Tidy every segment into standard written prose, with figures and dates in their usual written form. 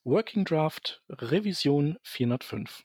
Working Draft Revision 405.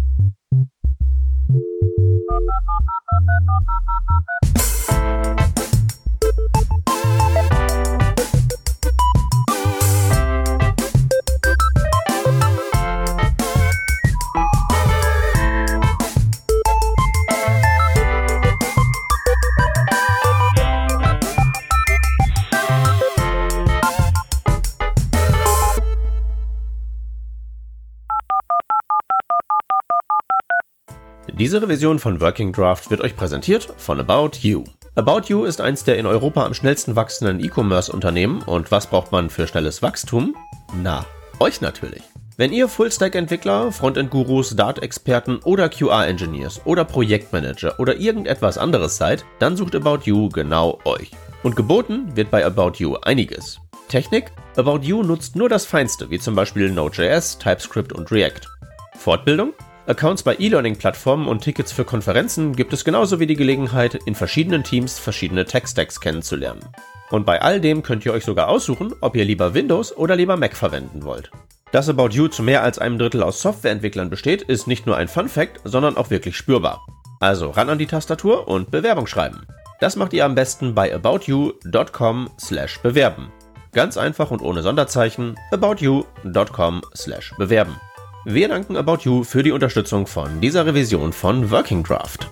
Diese Revision von Working Draft wird euch präsentiert von About You. About You ist eins der in Europa am schnellsten wachsenden E-Commerce-Unternehmen und was braucht man für schnelles Wachstum? Na, euch natürlich. Wenn ihr Full-Stack-Entwickler, Frontend-Gurus, Dart-Experten oder QA-Engineers oder Projektmanager oder irgendetwas anderes seid, dann sucht About You genau euch. Und geboten wird bei About You einiges. Technik? About You nutzt nur das Feinste, wie zum Beispiel Node.js, TypeScript und React. Fortbildung? Accounts bei E-Learning-Plattformen und Tickets für Konferenzen gibt es genauso wie die Gelegenheit, in verschiedenen Teams verschiedene Tech-Stacks kennenzulernen. Und bei all dem könnt ihr euch sogar aussuchen, ob ihr lieber Windows oder lieber Mac verwenden wollt. Dass About You zu mehr als einem Drittel aus Softwareentwicklern besteht, ist nicht nur ein Fun-Fact, sondern auch wirklich spürbar. Also ran an die Tastatur und Bewerbung schreiben. Das macht ihr am besten bei aboutyou.com/bewerben. Ganz einfach und ohne Sonderzeichen, aboutyou.com/bewerben. Wir danken About You für die Unterstützung von dieser Revision von Working Draft.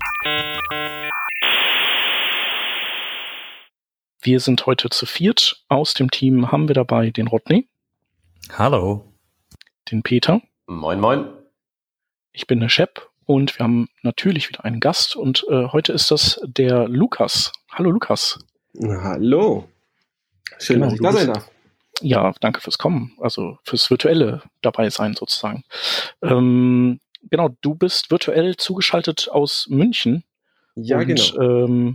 Wir sind heute zu viert. Aus dem Team haben wir dabei den Rodney. Hallo. Den Peter. Moin, moin. Ich bin der Shep und wir haben natürlich wieder einen Gast und heute ist das der Lukas. Hallo Lukas. Hallo. Schön, dass ich da sein darf. Ja, danke fürs Kommen, also fürs virtuelle dabei sein sozusagen. Genau, du bist virtuell zugeschaltet aus München. Ja, und, genau.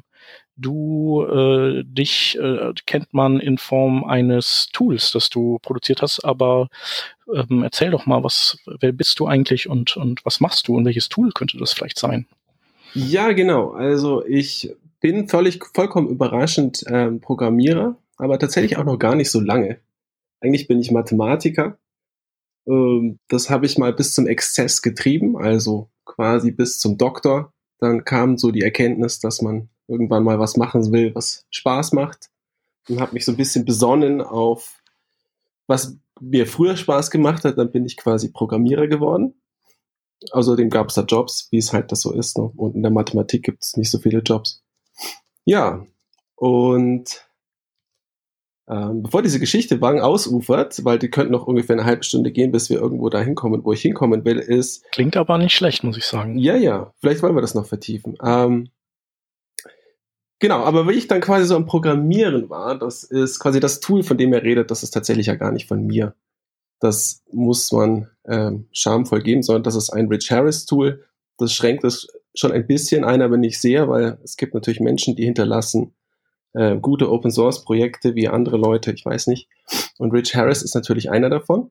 Dich kennt man in Form eines Tools, das du produziert hast, aber erzähl doch mal, wer bist du eigentlich und was machst du und welches Tool könnte das vielleicht sein? Ja, genau. Also ich bin vollkommen überraschend Programmierer, aber tatsächlich auch noch gar nicht so lange. Eigentlich bin ich Mathematiker. Das habe ich mal bis zum Exzess getrieben, also quasi bis zum Doktor. Dann kam so die Erkenntnis, dass man irgendwann mal was machen will, was Spaß macht. Und habe mich so ein bisschen besonnen auf, was mir früher Spaß gemacht hat. Dann bin ich quasi Programmierer geworden. Außerdem gab es da Jobs, wie es halt das so ist. Ne? Und in der Mathematik gibt es nicht so viele Jobs. Ja, und bevor diese Geschichte lang ausufert, weil die könnten noch ungefähr eine halbe Stunde gehen, bis wir irgendwo da hinkommen, wo ich hinkommen will, ist... Klingt aber nicht schlecht, muss ich sagen. Ja, vielleicht wollen wir das noch vertiefen. Genau, aber wie ich dann quasi so am Programmieren war, das ist quasi das Tool, von dem er redet, das ist tatsächlich ja gar nicht von mir. Das muss man schamvoll geben, sondern das ist ein Rich Harris Tool. Das schränkt es schon ein bisschen ein, aber nicht sehr, weil es gibt natürlich Menschen, die hinterlassen gute Open-Source-Projekte wie andere Leute, ich weiß nicht. Und Rich Harris ist natürlich einer davon.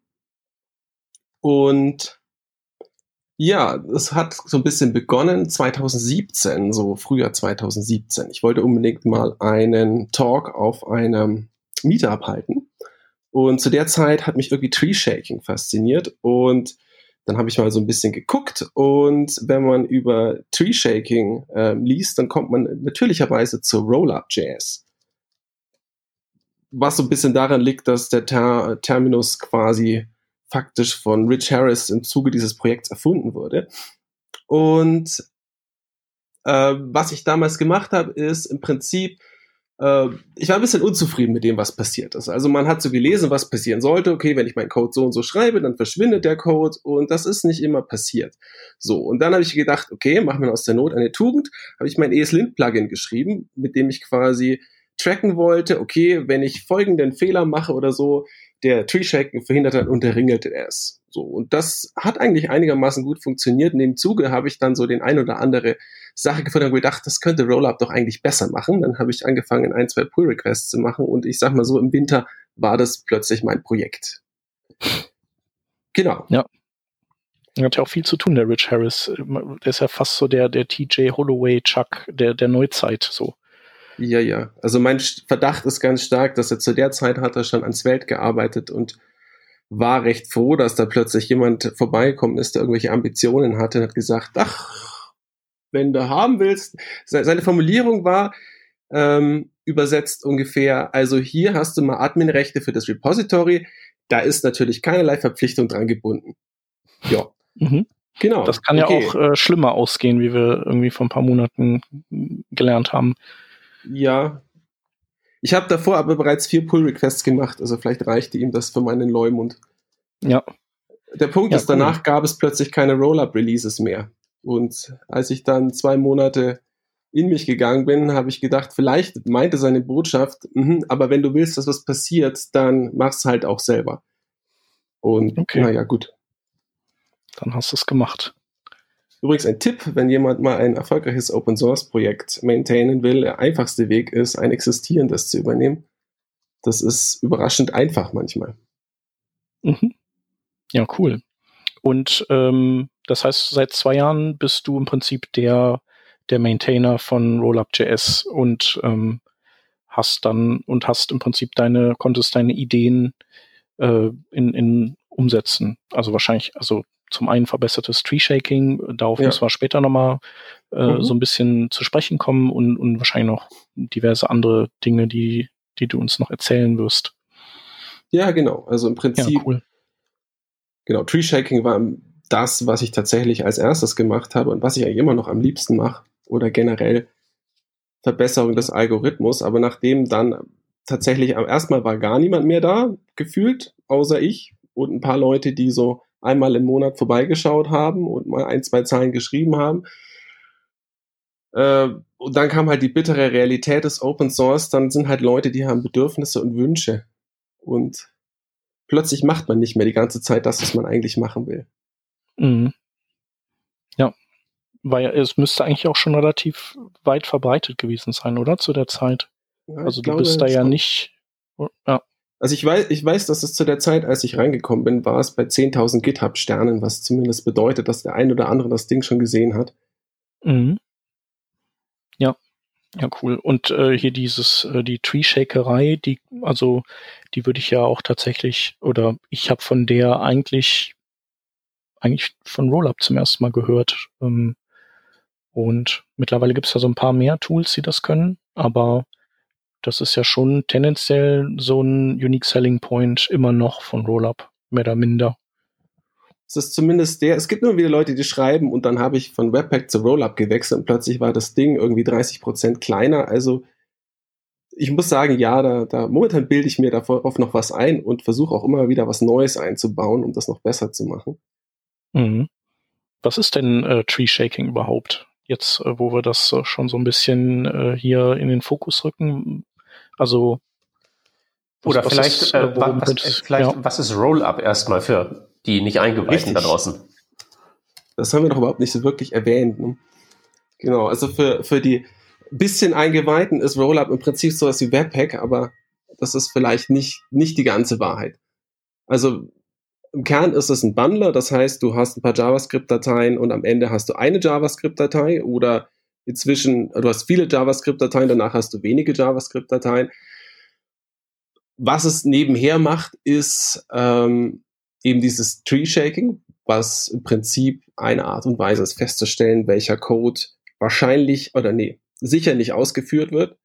Und ja, es hat so ein bisschen begonnen 2017, so Frühjahr 2017. Ich wollte unbedingt mal einen Talk auf einem Meetup halten. Und zu der Zeit hat mich irgendwie Tree-Shaking fasziniert. Und dann habe ich mal so ein bisschen geguckt. Und wenn man über Tree-Shaking liest, dann kommt man natürlicherweise zu Rollup.js. Was so ein bisschen daran liegt, dass der Terminus quasi faktisch von Rich Harris im Zuge dieses Projekts erfunden wurde. Und was ich damals gemacht habe, ist im Prinzip, ich war ein bisschen unzufrieden mit dem, was passiert ist. Also man hat so gelesen, was passieren sollte. Okay, wenn ich meinen Code so und so schreibe, dann verschwindet der Code und das ist nicht immer passiert. So, und dann habe ich gedacht, okay, machen wir aus der Not eine Tugend. Habe ich mein ESLint-Plugin geschrieben, mit dem ich quasi tracken wollte, okay, wenn ich folgenden Fehler mache oder so, der Tree-Shaking verhindert dann und der ringelte es. So, und das hat eigentlich einigermaßen gut funktioniert. In dem Zuge habe ich dann so den ein oder andere Sache gefunden und gedacht, das könnte Rollup doch eigentlich besser machen. Dann habe ich angefangen, 1-2 Pull-Requests zu machen und ich sag mal so, im Winter war das plötzlich mein Projekt. Genau. Ja. Er hat ja auch viel zu tun, der Rich Harris. Der ist ja fast so der TJ Holloway Chuck der Neuzeit, so. Ja. Also mein Verdacht ist ganz stark, dass er zu der Zeit hat er schon an Svelte gearbeitet und war recht froh, dass da plötzlich jemand vorbeigekommen ist, der irgendwelche Ambitionen hatte und hat gesagt, ach, wenn du haben willst. Seine Formulierung war übersetzt ungefähr, also hier hast du mal Adminrechte für das Repository, da ist natürlich keinerlei Verpflichtung dran gebunden. Ja, genau. Das kann ja auch schlimmer ausgehen, wie wir irgendwie vor ein paar Monaten gelernt haben. Ja, ich habe davor aber bereits 4 Pull-Requests gemacht, also vielleicht reichte ihm das für meinen Leumund. Ja. Der Punkt ist, danach gab es plötzlich keine Roll-Up-Releases mehr. Und als ich dann 2 Monate in mich gegangen bin, habe ich gedacht, vielleicht meinte seine Botschaft, aber wenn du willst, dass was passiert, dann mach's halt auch selber. Und naja, gut. Dann hast du es gemacht. Übrigens ein Tipp, wenn jemand mal ein erfolgreiches Open-Source-Projekt maintainen will, der einfachste Weg ist, ein existierendes zu übernehmen. Das ist überraschend einfach manchmal. Ja, cool. Und das heißt, seit 2 Jahren bist du im Prinzip der Maintainer von Rollup.js und hast im Prinzip konntest deine Ideen in umsetzen. Also wahrscheinlich, zum einen verbessertes Tree-Shaking, darauf müssen wir später nochmal so ein bisschen zu sprechen kommen und wahrscheinlich noch diverse andere Dinge, die du uns noch erzählen wirst. Ja, genau. Also im Prinzip, ja, cool. Genau, Tree-Shaking war das, was ich tatsächlich als erstes gemacht habe und was ich eigentlich immer noch am liebsten mache oder generell Verbesserung des Algorithmus. Aber nachdem dann tatsächlich erstmal war gar niemand mehr da, gefühlt, außer ich und ein paar Leute, die so einmal im Monat vorbeigeschaut haben und mal 1, 2 Zeilen geschrieben haben. Und dann kam halt die bittere Realität des Open Source. Dann sind halt Leute, die haben Bedürfnisse und Wünsche. Und plötzlich macht man nicht mehr die ganze Zeit das, was man eigentlich machen will. Ja, weil es müsste eigentlich auch schon relativ weit verbreitet gewesen sein, oder? Zu der Zeit. Ja, also du bist da ja nicht... Ja. Also ich weiß, dass es zu der Zeit, als ich reingekommen bin, war es bei 10.000 GitHub-Sternen, was zumindest bedeutet, dass der ein oder andere das Ding schon gesehen hat. Ja, cool. Und hier die Tree-Shakerei, die würde ich ja auch tatsächlich, oder ich habe von der eigentlich von Rollup zum ersten Mal gehört. Und mittlerweile gibt es ja so ein paar mehr Tools, die das können, aber das ist ja schon tendenziell so ein Unique Selling Point immer noch von Rollup, mehr oder minder. Es ist zumindest es gibt nur wieder Leute, die schreiben und dann habe ich von Webpack zu Rollup gewechselt und plötzlich war das Ding irgendwie 30% kleiner. Also ich muss sagen, ja, da momentan bilde ich mir darauf noch was ein und versuche auch immer wieder was Neues einzubauen, um das noch besser zu machen. Was ist denn Tree Shaking überhaupt? Jetzt, wo wir das schon so ein bisschen hier in den Fokus rücken. Also oder vielleicht, was ist Rollup erstmal für die nicht Eingeweihten da draußen? Das haben wir doch überhaupt nicht so wirklich erwähnt. Ne? Genau, also für die bisschen Eingeweihten ist Rollup im Prinzip sowas wie Webpack, aber das ist vielleicht nicht die ganze Wahrheit. Also im Kern ist es ein Bundler, das heißt, du hast ein paar JavaScript-Dateien und am Ende hast du eine JavaScript-Datei oder inzwischen, du hast viele JavaScript-Dateien, danach hast du wenige JavaScript-Dateien. Was es nebenher macht, ist eben dieses Tree-Shaking, was im Prinzip eine Art und Weise ist, festzustellen, welcher Code wahrscheinlich sicher nicht ausgeführt wird.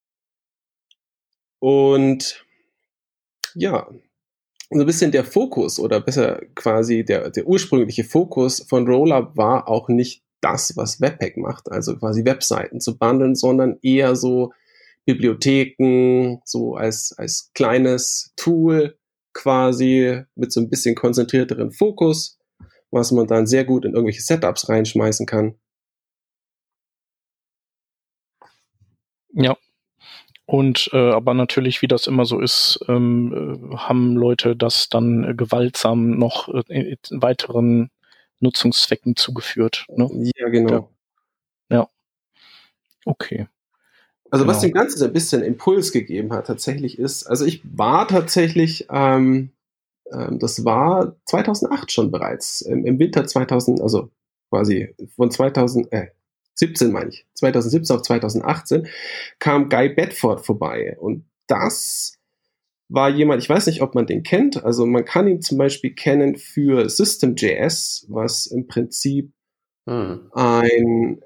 Und ja, so ein bisschen der Fokus oder besser quasi der ursprüngliche Fokus von Rollup war auch nicht das, was Webpack macht, also quasi Webseiten zu bundeln, sondern eher so Bibliotheken, so als kleines Tool quasi mit so ein bisschen konzentrierteren Fokus, was man dann sehr gut in irgendwelche Setups reinschmeißen kann. Ja. Und aber natürlich, wie das immer so ist, haben Leute das dann gewaltsam noch weiteren Nutzungszwecken zugeführt. Ne? Ja, genau. Ja. Okay. Also was dem Ganzen so ein bisschen Impuls gegeben hat, tatsächlich ist, also ich war tatsächlich, das war 2008 schon bereits, im Winter 2000, also quasi von 2017 meine ich, 2017 auf 2018, kam Guy Bedford vorbei und das war jemand, ich weiß nicht, ob man den kennt, also man kann ihn zum Beispiel kennen für System.js, was im Prinzip ein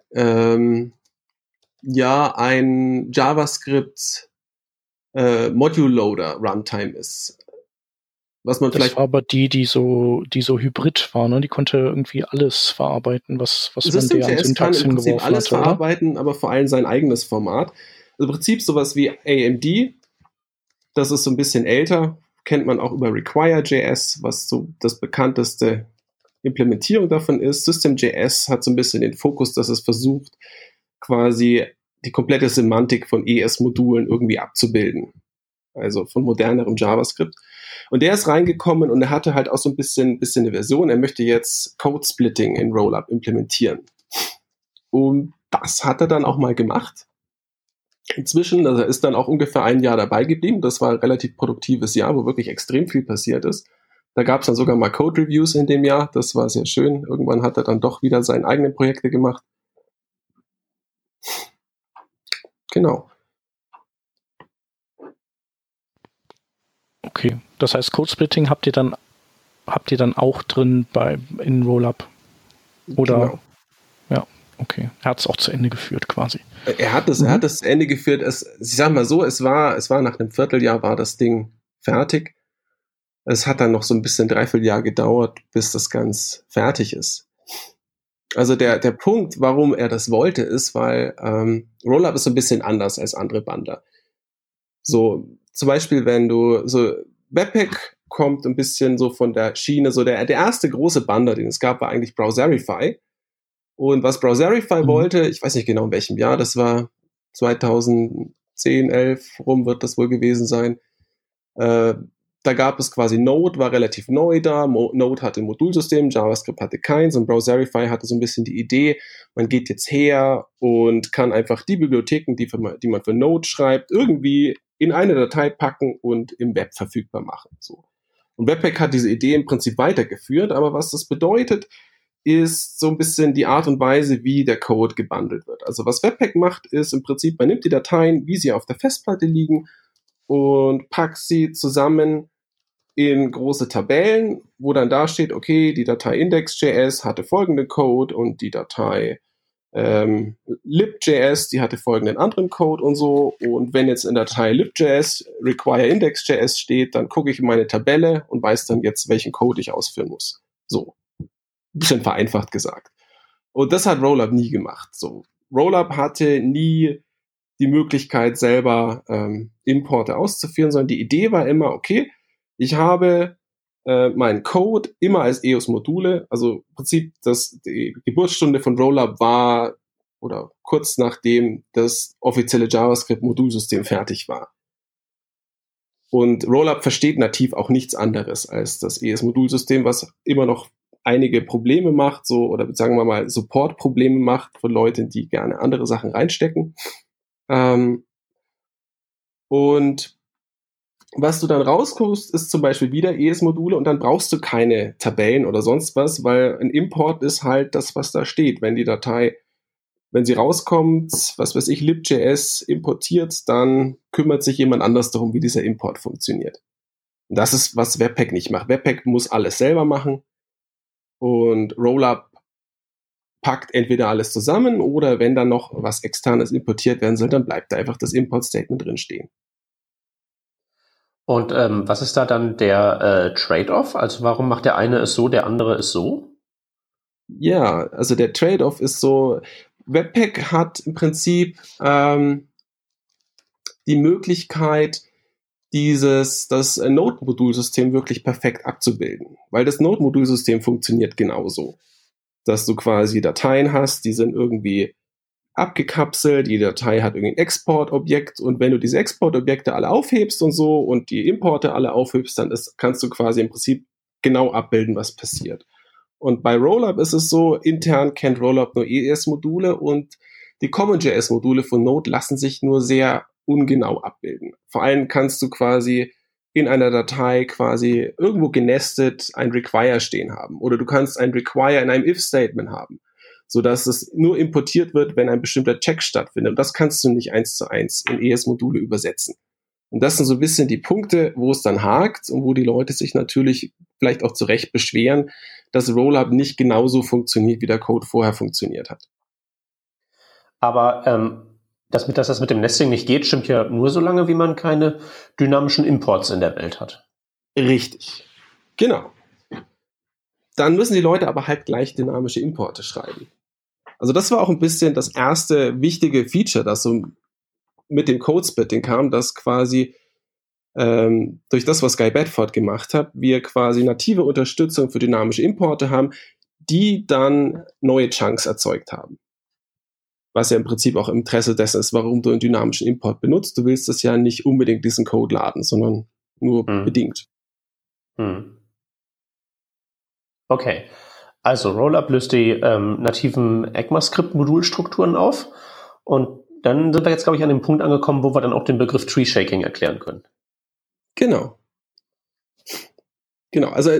JavaScript Module Loader Runtime ist. Was man das war aber die so hybrid war, ne? Die konnte irgendwie alles verarbeiten, was man der an Syntax kann im Prinzip alles hatte, verarbeiten, aber vor allem sein eigenes Format. Also im Prinzip sowas wie AMD, das ist so ein bisschen älter, kennt man auch über Require.js, was so das bekannteste Implementierung davon ist. System.js hat so ein bisschen den Fokus, dass es versucht, quasi die komplette Semantik von ES-Modulen irgendwie abzubilden. Also von modernerem JavaScript. Und der ist reingekommen und er hatte halt auch so ein bisschen eine Version. Er möchte jetzt Code-Splitting in Rollup implementieren. Und das hat er dann auch mal gemacht. Inzwischen, also er ist dann auch ungefähr ein Jahr dabei geblieben. Das war ein relativ produktives Jahr, wo wirklich extrem viel passiert ist. Da gab es dann sogar mal Code-Reviews in dem Jahr. Das war sehr schön. Irgendwann hat er dann doch wieder seine eigenen Projekte gemacht. Genau. Okay, das heißt Code-Splitting habt ihr dann auch drin in Rollup? Oder? Genau. Ja, okay. Er hat es auch zu Ende geführt quasi. Er hat es zu Ende geführt. Ich sag mal so, es war nach einem Vierteljahr war das Ding fertig. Es hat dann noch so ein bisschen Dreivierteljahr gedauert, bis das ganz fertig ist. Also der Punkt, warum er das wollte, ist, weil Rollup ist so ein bisschen anders als andere Bundler. So, zum Beispiel, wenn du so Webpack kommt ein bisschen so von der Schiene, so der erste große Bundler, den es gab, war eigentlich Browserify. Und was Browserify wollte, ich weiß nicht genau in welchem Jahr, das war 2010, 11 rum wird das wohl gewesen sein. Da gab es quasi Node, war relativ neu da. Node hatte ein Modulsystem, JavaScript hatte keins und Browserify hatte so ein bisschen die Idee, man geht jetzt her und kann einfach die Bibliotheken, die man für Node schreibt, irgendwie in eine Datei packen und im Web verfügbar machen. So. Und Webpack hat diese Idee im Prinzip weitergeführt, aber was das bedeutet, ist so ein bisschen die Art und Weise, wie der Code gebundelt wird. Also was Webpack macht, ist im Prinzip, man nimmt die Dateien, wie sie auf der Festplatte liegen, und packt sie zusammen in große Tabellen, wo dann da steht, okay, die Datei index.js hatte folgenden Code und die Datei lib.js, die hatte folgenden anderen Code und so. Und wenn jetzt in der Datei lib.js require index.js steht, dann gucke ich in meine Tabelle und weiß dann jetzt, welchen Code ich ausführen muss. So. Ein bisschen vereinfacht gesagt. Und das hat Rollup nie gemacht. So. Rollup hatte nie die Möglichkeit, selber Importe auszuführen, sondern die Idee war immer, okay, ich habe meinen Code immer als EOS-Module, also im Prinzip die Geburtsstunde von Rollup war oder kurz nachdem das offizielle JavaScript-Modulsystem fertig war. Und Rollup versteht nativ auch nichts anderes als das ES-Modulsystem, was immer noch einige Probleme macht, so, oder sagen wir mal Support-Probleme macht für Leute, die gerne andere Sachen reinstecken. Und was du dann rauskommst, ist zum Beispiel wieder ES-Module und dann brauchst du keine Tabellen oder sonst was, weil ein Import ist halt das, was da steht. Wenn die Datei, wenn sie rauskommt, was weiß ich, lib.js importiert, dann kümmert sich jemand anders darum, wie dieser Import funktioniert. Und das ist, was Webpack nicht macht. Webpack muss alles selber machen und Rollup packt entweder alles zusammen oder wenn dann noch was Externes importiert werden soll, dann bleibt da einfach das Import-Statement drin stehen. Und was ist da dann der Trade-off? Also warum macht der eine es so, der andere es so? Ja, also der Trade-off ist so, Webpack hat im Prinzip die Möglichkeit, das Node-Modulsystem wirklich perfekt abzubilden. Weil das Node-Modulsystem funktioniert genauso. Dass du quasi Dateien hast, die sind irgendwie abgekapselt, die Datei hat irgendwie ein Exportobjekt und wenn du diese Exportobjekte alle aufhebst und so und die Importe alle aufhebst, dann kannst du quasi im Prinzip genau abbilden, was passiert. Und bei Rollup ist es so, intern kennt Rollup nur ES-Module und die CommonJS-Module von Node lassen sich nur sehr ungenau abbilden. Vor allem kannst du quasi in einer Datei quasi irgendwo genestet ein Require stehen haben oder du kannst ein Require in einem If-Statement haben, sodass es nur importiert wird, wenn ein bestimmter Check stattfindet. Und das kannst du nicht 1:1 in ES-Module übersetzen. Und das sind so ein bisschen die Punkte, wo es dann hakt und wo die Leute sich natürlich vielleicht auch zu Recht beschweren, dass Rollup nicht genauso funktioniert, wie der Code vorher funktioniert hat. Aber dass das mit dem Nesting nicht geht, stimmt ja nur so lange, wie man keine dynamischen Imports in der Welt hat. Richtig. Genau. Dann müssen die Leute aber halt gleich dynamische Importe schreiben. Also das war auch ein bisschen das erste wichtige Feature, das so mit dem Code-Splitting kam, dass quasi durch das, was Guy Bedford gemacht hat, wir quasi native Unterstützung für dynamische Importe haben, die dann neue Chunks erzeugt haben. Was ja im Prinzip auch im Interesse dessen ist, warum du einen dynamischen Import benutzt. Du willst das ja nicht unbedingt diesen Code laden, sondern nur bedingt. Okay, also Rollup löst die nativen ECMAScript-Modulstrukturen auf und dann sind wir jetzt, glaube ich, an dem Punkt angekommen, wo wir dann auch den Begriff Tree Shaking erklären können. Genau. Also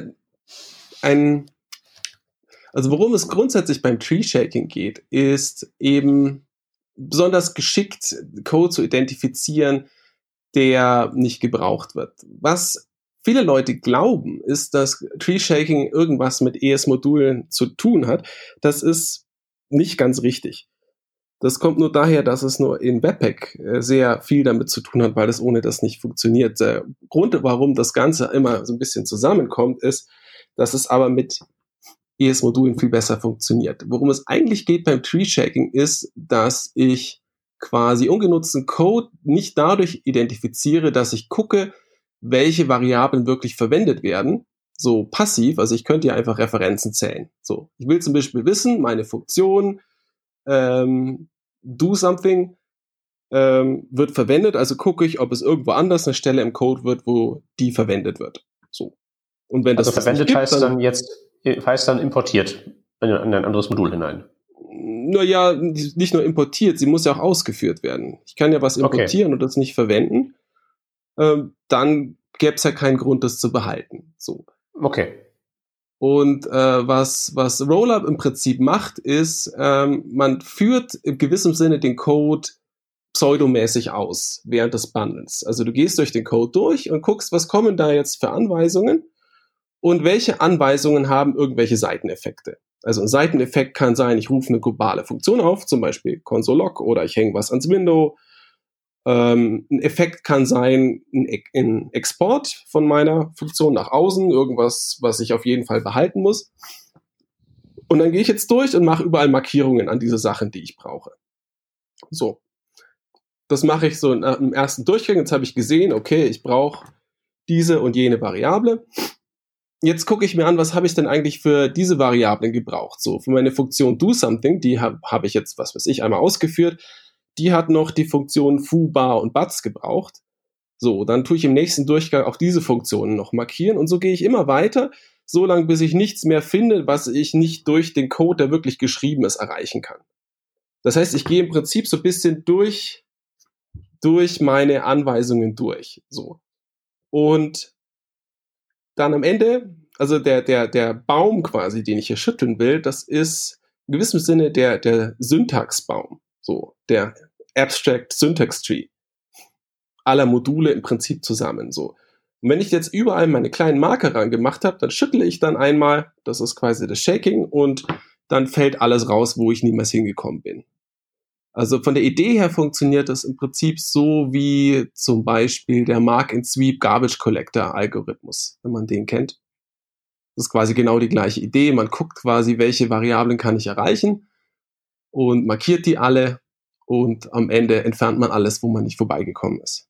worum es grundsätzlich beim Tree Shaking geht, ist eben besonders geschickt Code zu identifizieren, der nicht gebraucht wird. Was viele Leute glauben, ist, dass Tree Shaking irgendwas mit ES-Modulen zu tun hat. Das ist nicht ganz richtig. Das kommt nur daher, dass es nur in Webpack sehr viel damit zu tun hat, weil es ohne das nicht funktioniert. Der Grund, warum das Ganze immer so ein bisschen zusammenkommt, ist, dass es aber mit ES-Modulen viel besser funktioniert. Worum es eigentlich geht beim Tree-Shaking ist, dass ich quasi ungenutzten Code nicht dadurch identifiziere, dass ich gucke, welche Variablen wirklich verwendet werden, so passiv, also ich könnte ja einfach Referenzen zählen. So, ich will zum Beispiel wissen, meine Funktion do something wird verwendet, also gucke ich, ob es irgendwo anders eine Stelle im Code wird, wo die verwendet wird. So. Und wenn also das verwendet gibt, heißt dann importiert in ein anderes Modul hinein. Naja, nicht nur importiert, sie muss ja auch ausgeführt werden. Ich kann ja was importieren und das nicht verwenden. Dann gäbe es ja keinen Grund, das zu behalten. So. Okay. Und was Rollup im Prinzip macht, ist, man führt im gewissen Sinne den Code pseudomäßig aus während des Bundles. Also du gehst durch den Code durch und guckst, was kommen da jetzt für Anweisungen und welche Anweisungen haben irgendwelche Seiteneffekte. Also ein Seiteneffekt kann sein, ich rufe eine globale Funktion auf, zum Beispiel console.log, oder ich hänge was ans Window. Ein Effekt kann sein, ein Export von meiner Funktion nach außen, irgendwas, was ich auf jeden Fall behalten muss. Und dann gehe ich jetzt durch und mache überall Markierungen an diese Sachen, die ich brauche. So. Das mache ich so im ersten Durchgang. Jetzt habe ich gesehen, okay, ich brauche diese und jene Variable. Jetzt gucke ich mir an, was habe ich denn eigentlich für diese Variablen gebraucht? So, für meine Funktion do something, die habe ich jetzt, was weiß ich, einmal ausgeführt. Die hat noch die Funktionen foo, bar und buts gebraucht. So, dann tue ich im nächsten Durchgang auch diese Funktionen noch markieren und so gehe ich immer weiter, so lange bis ich nichts mehr finde, was ich nicht durch den Code, der wirklich geschrieben ist, erreichen kann. Das heißt, ich gehe im Prinzip so ein bisschen durch meine Anweisungen durch. So. Und dann am Ende, also der Baum quasi, den ich hier schütteln will, das ist in gewissem Sinne der Syntaxbaum. So, der Abstract Syntax Tree. Aller Module im Prinzip zusammen. So. Und wenn ich jetzt überall meine kleinen Marker ran gemacht habe, dann schüttle ich dann einmal, das ist quasi das Shaking, und dann fällt alles raus, wo ich niemals hingekommen bin. Also von der Idee her funktioniert das im Prinzip so wie zum Beispiel der Mark-and-Sweep Garbage Collector Algorithmus, wenn man den kennt. Das ist quasi genau die gleiche Idee. Man guckt quasi, welche Variablen kann ich erreichen und markiert die alle und am Ende entfernt man alles, wo man nicht vorbeigekommen ist.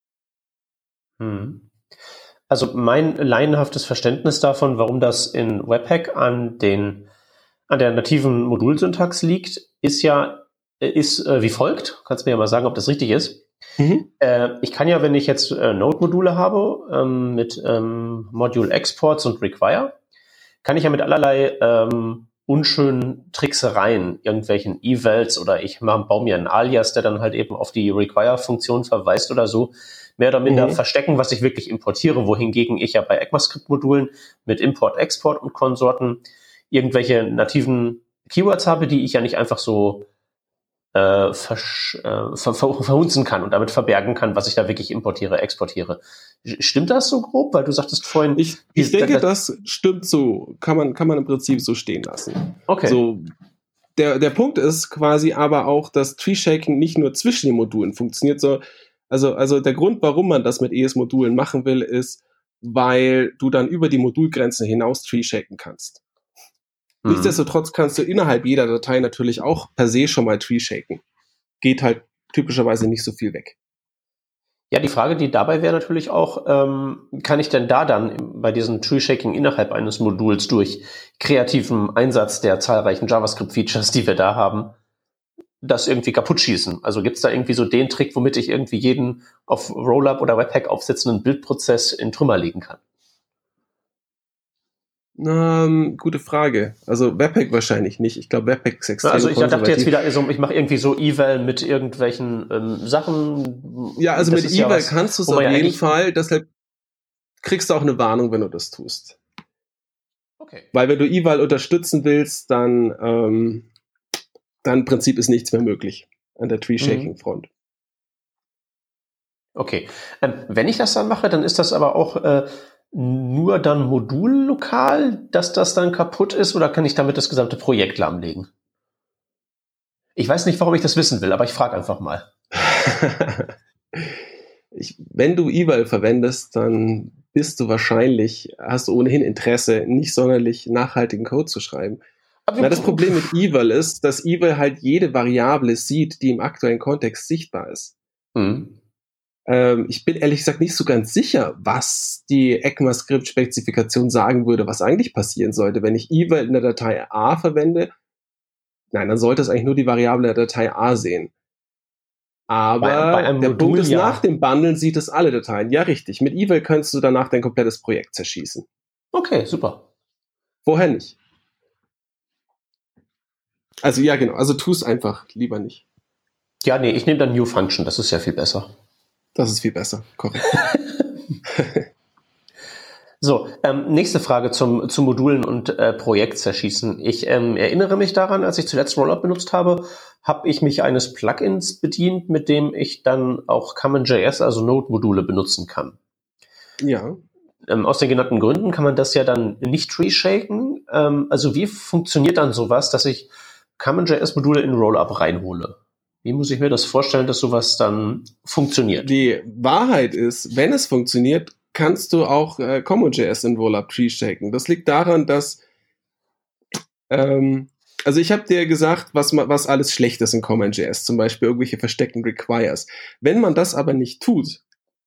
Also mein laienhaftes Verständnis davon, warum das in Webpack an der nativen Modulsyntax liegt, ist wie folgt. Kannst mir ja mal sagen, ob das richtig ist. Ich kann ja, wenn ich jetzt Node-Module habe mit Module Exports und Require, kann ich ja mit allerlei unschönen Tricksereien, irgendwelchen Evals oder ich baue mir einen Alias, der dann halt eben auf die Require-Funktion verweist oder so, mehr oder minder verstecken, was ich wirklich importiere, wohingegen ich ja bei ECMAScript-Modulen mit Import, Export und Konsorten irgendwelche nativen Keywords habe, die ich ja nicht einfach so verhunzen kann und damit verbergen kann, was ich da wirklich importiere, exportiere. Stimmt das so grob? Weil du sagtest vorhin... Ich denke, das stimmt so. Kann man im Prinzip so stehen lassen. Okay. So, der Punkt ist quasi aber auch, dass Tree-Shaking nicht nur zwischen den Modulen funktioniert, also der Grund, warum man das mit ES-Modulen machen will, ist, weil du dann über die Modulgrenzen hinaus Tree-Shaken kannst. Nichtsdestotrotz kannst du innerhalb jeder Datei natürlich auch per se schon mal Tree-Shaken. Geht halt typischerweise nicht so viel weg. Ja, die Frage, die dabei wäre natürlich auch, kann ich denn da dann bei diesem Tree-Shaking innerhalb eines Moduls durch kreativen Einsatz der zahlreichen JavaScript-Features, die wir da haben, das irgendwie kaputt schießen? Also gibt's da irgendwie so den Trick, womit ich irgendwie jeden auf Rollup oder Webpack aufsetzenden Bildprozess in Trümmer legen kann? Gute Frage. Also Webpack wahrscheinlich nicht. Ich glaube, Webpack ist extrem Also ich dachte konservativ. jetzt wieder, ich mache irgendwie so Eval mit irgendwelchen Sachen. Ja, also Das mit ist ja Eval was, kannst du es wo auf man ja jeden eigentlich- Fall. Deshalb kriegst du auch eine Warnung, wenn du das tust. Okay. Weil wenn du Eval unterstützen willst, dann im Prinzip ist nichts mehr möglich an der Tree-Shaking-Front. Okay. Wenn ich das dann mache, dann ist das aber auch nur dann modullokal, dass das dann kaputt ist, oder kann ich damit das gesamte Projekt lahmlegen? Ich weiß nicht, warum ich das wissen will, aber ich frage einfach mal. Wenn du Eval verwendest, dann hast du ohnehin Interesse, nicht sonderlich nachhaltigen Code zu schreiben. Na, das Problem mit Eval ist, dass Eval halt jede Variable sieht, die im aktuellen Kontext sichtbar ist. Ich bin ehrlich gesagt nicht so ganz sicher, was die ECMAScript-Spezifikation sagen würde, was eigentlich passieren sollte. Wenn ich Eval in der Datei A verwende, nein, dann sollte es eigentlich nur die Variable der Datei A sehen. Aber bei einem der Modul, Punkt ist, ja. nach dem Bundeln sieht es alle Dateien. Ja, richtig. Mit Eval kannst du danach dein komplettes Projekt zerschießen. Okay, super. Vorher nicht. Also ja, genau. Also tu es einfach lieber nicht. Ja, nee, ich nehme dann New Function, das ist ja viel besser. Das ist viel besser, korrekt. So, nächste Frage zum Modulen und Projekt zerschießen. Ich erinnere mich daran, als ich zuletzt Rollup benutzt habe ich mich eines Plugins bedient, mit dem ich dann auch Common.js, also Node-Module, benutzen kann. Ja. Aus den genannten Gründen kann man das ja dann nicht tree-shaken. Also wie funktioniert dann sowas, dass ich Common.js-Module in Rollup reinhole? Wie muss ich mir das vorstellen, dass sowas dann funktioniert? Die Wahrheit ist, wenn es funktioniert, kannst du auch Common.js in Rollup tree-shaken. Das liegt daran, dass also ich habe dir gesagt, was alles schlecht ist in Common.js, zum Beispiel irgendwelche versteckten Requires. Wenn man das aber nicht tut,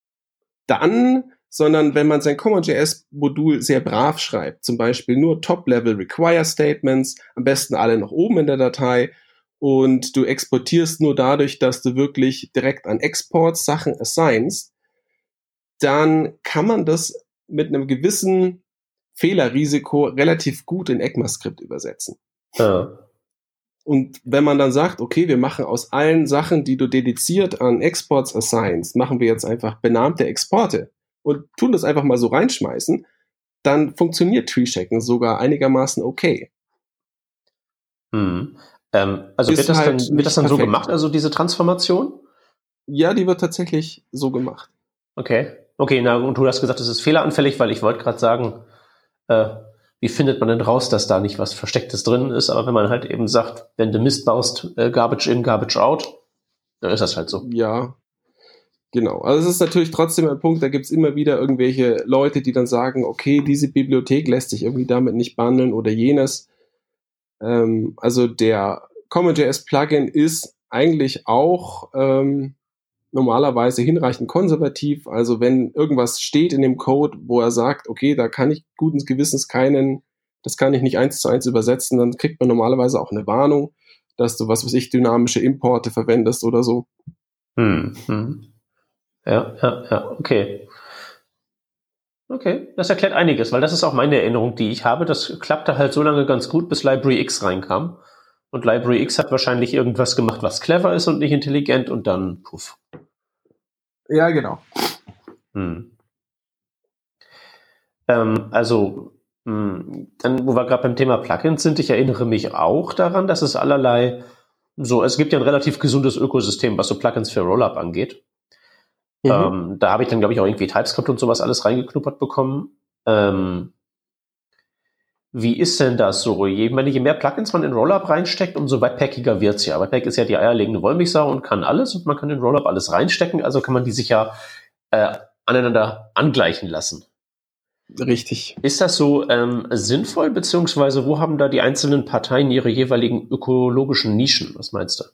sondern wenn man sein Common.js-Modul sehr brav schreibt, zum Beispiel nur Top-Level-Require-Statements, am besten alle noch oben in der Datei, und du exportierst nur dadurch, dass du wirklich direkt an Exports Sachen assignst, dann kann man das mit einem gewissen Fehlerrisiko relativ gut in ECMAScript übersetzen. Ja. Und wenn man dann sagt, okay, wir machen aus allen Sachen, die du dediziert an Exports assignst, machen wir jetzt einfach benannte Exporte und tun das einfach mal so reinschmeißen, dann funktioniert Tree-Shaken sogar einigermaßen okay. Also wird das dann so gemacht, also diese Transformation? Ja, die wird tatsächlich so gemacht. Okay, na, und du hast gesagt, es ist fehleranfällig, weil ich wollte gerade sagen, wie findet man denn raus, dass da nicht was Verstecktes drin ist? Aber wenn man halt eben sagt, wenn du Mist baust, Garbage in, Garbage out, dann ist das halt so. Ja, genau. Also es ist natürlich trotzdem ein Punkt, da gibt's immer wieder irgendwelche Leute, die dann sagen, okay, diese Bibliothek lässt sich irgendwie damit nicht bundeln oder jenes. Also der Common.js Plugin ist eigentlich auch normalerweise hinreichend konservativ. Also wenn irgendwas steht in dem Code, wo er sagt, okay, da kann ich guten Gewissens das kann ich nicht 1:1 übersetzen, dann kriegt man normalerweise auch eine Warnung, dass du, was weiß ich, dynamische Importe verwendest oder so. Ja, okay. Okay, das erklärt einiges, weil das ist auch meine Erinnerung, die ich habe. Das klappte halt so lange ganz gut, bis Library X reinkam. Und Library X hat wahrscheinlich irgendwas gemacht, was clever ist und nicht intelligent, und dann puff. Ja, genau. Dann, wo wir gerade beim Thema Plugins sind, ich erinnere mich auch daran, dass es allerlei So, es gibt ja ein relativ gesundes Ökosystem, was so Plugins für Rollup angeht. Da habe ich dann, glaube ich, auch irgendwie TypeScript und sowas alles reingeknuppert bekommen. Wie ist denn das so? Je mehr Plugins man in Rollup reinsteckt, umso webpackiger wird's ja. Webpack ist ja die eierlegende Wollmilchsau und kann alles und man kann in Rollup alles reinstecken, also kann man die sich ja aneinander angleichen lassen. Richtig. Ist das so sinnvoll, beziehungsweise wo haben da die einzelnen Parteien ihre jeweiligen ökologischen Nischen? Was meinst du?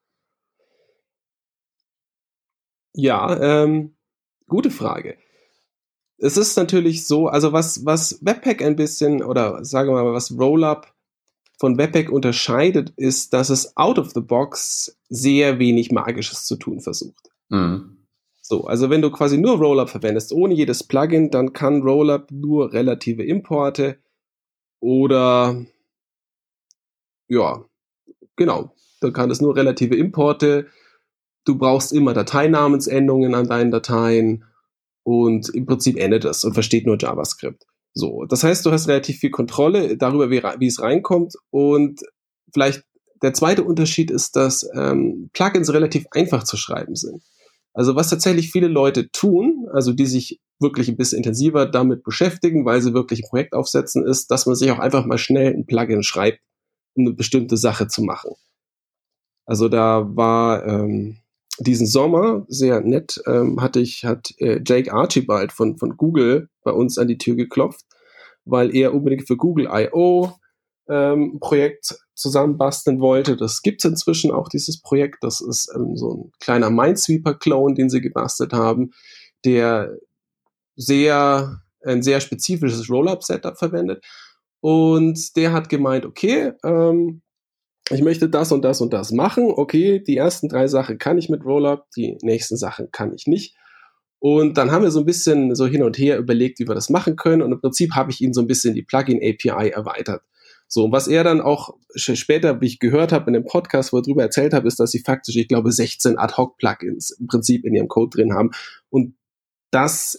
Ja, gute Frage. Es ist natürlich so, also was Webpack ein bisschen, oder sagen wir mal, was Rollup von Webpack unterscheidet, ist, dass es out of the box sehr wenig Magisches zu tun versucht. So, also wenn du quasi nur Rollup verwendest, ohne jedes Plugin, dann kann Rollup nur relative Importe oder ja, genau, dann kann es nur relative Importe. Du brauchst immer Dateinamensendungen an deinen Dateien und im Prinzip endet es und versteht nur JavaScript. So, das heißt, du hast relativ viel Kontrolle darüber, wie es reinkommt. Und vielleicht der zweite Unterschied ist, dass Plugins relativ einfach zu schreiben sind. Also was tatsächlich viele Leute tun, also die sich wirklich ein bisschen intensiver damit beschäftigen, weil sie wirklich ein Projekt aufsetzen, ist, dass man sich auch einfach mal schnell ein Plugin schreibt, um eine bestimmte Sache zu machen. Also da war diesen Sommer, sehr nett, hat Jake Archibald von Google bei uns an die Tür geklopft, weil er unbedingt für Google I.O. ein Projekt zusammenbasteln wollte. Das gibt's inzwischen auch, dieses Projekt. Das ist so ein kleiner Minesweeper-Clone, den sie gebastelt haben, der ein sehr spezifisches Rollup-Setup verwendet. Und der hat gemeint, okay, ich möchte das und das und das machen. Okay, die ersten 3 Sachen kann ich mit Rollup, die nächsten Sachen kann ich nicht. Und dann haben wir so ein bisschen so hin und her überlegt, wie wir das machen können. Und im Prinzip habe ich ihn so ein bisschen die Plugin-API erweitert. So, und was er dann auch später, wie ich gehört habe in dem Podcast, wo er drüber erzählt hat, ist, dass sie faktisch, ich glaube, 16 Ad-Hoc-Plugins im Prinzip in ihrem Code drin haben. Und das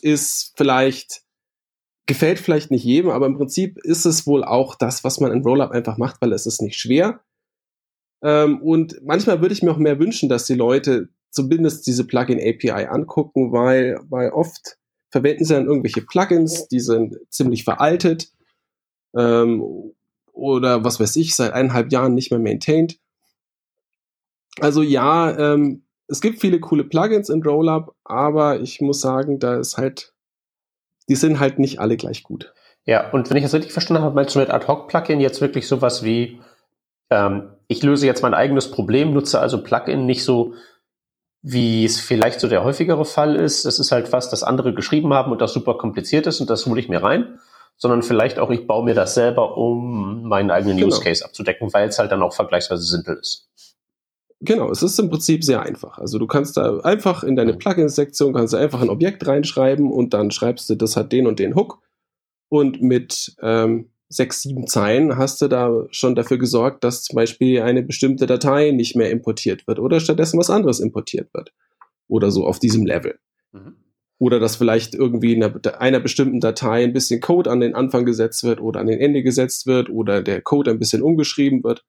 gefällt vielleicht nicht jedem, aber im Prinzip ist es wohl auch das, was man in Rollup einfach macht, weil es ist nicht schwer. Und manchmal würde ich mir auch mehr wünschen, dass die Leute zumindest diese Plugin-API angucken, weil oft verwenden sie dann irgendwelche Plugins, die sind ziemlich veraltet oder was weiß ich, seit 1,5 Jahren nicht mehr maintained. Also ja, es gibt viele coole Plugins in Rollup, aber ich muss sagen, die sind halt nicht alle gleich gut. Ja, und wenn ich das richtig verstanden habe, meinst du mit Ad-Hoc-Plugin jetzt wirklich sowas wie ich löse jetzt mein eigenes Problem, nutze also Plugin nicht so, wie es vielleicht so der häufigere Fall ist. Das ist halt was, das andere geschrieben haben und das super kompliziert ist und das hole ich mir rein, sondern vielleicht auch, ich baue mir das selber, um meinen eigenen Use Case abzudecken, weil es halt dann auch vergleichsweise simpel ist. Genau, es ist im Prinzip sehr einfach. Also du kannst da einfach in deine Plugins-Sektion kannst du einfach ein Objekt reinschreiben und dann schreibst du, das hat den und den Hook und mit 6, 7 Zeilen hast du da schon dafür gesorgt, dass zum Beispiel eine bestimmte Datei nicht mehr importiert wird oder stattdessen was anderes importiert wird. Oder so auf diesem Level. Oder dass vielleicht irgendwie in einer bestimmten Datei ein bisschen Code an den Anfang gesetzt wird oder an den Ende gesetzt wird oder der Code ein bisschen umgeschrieben wird.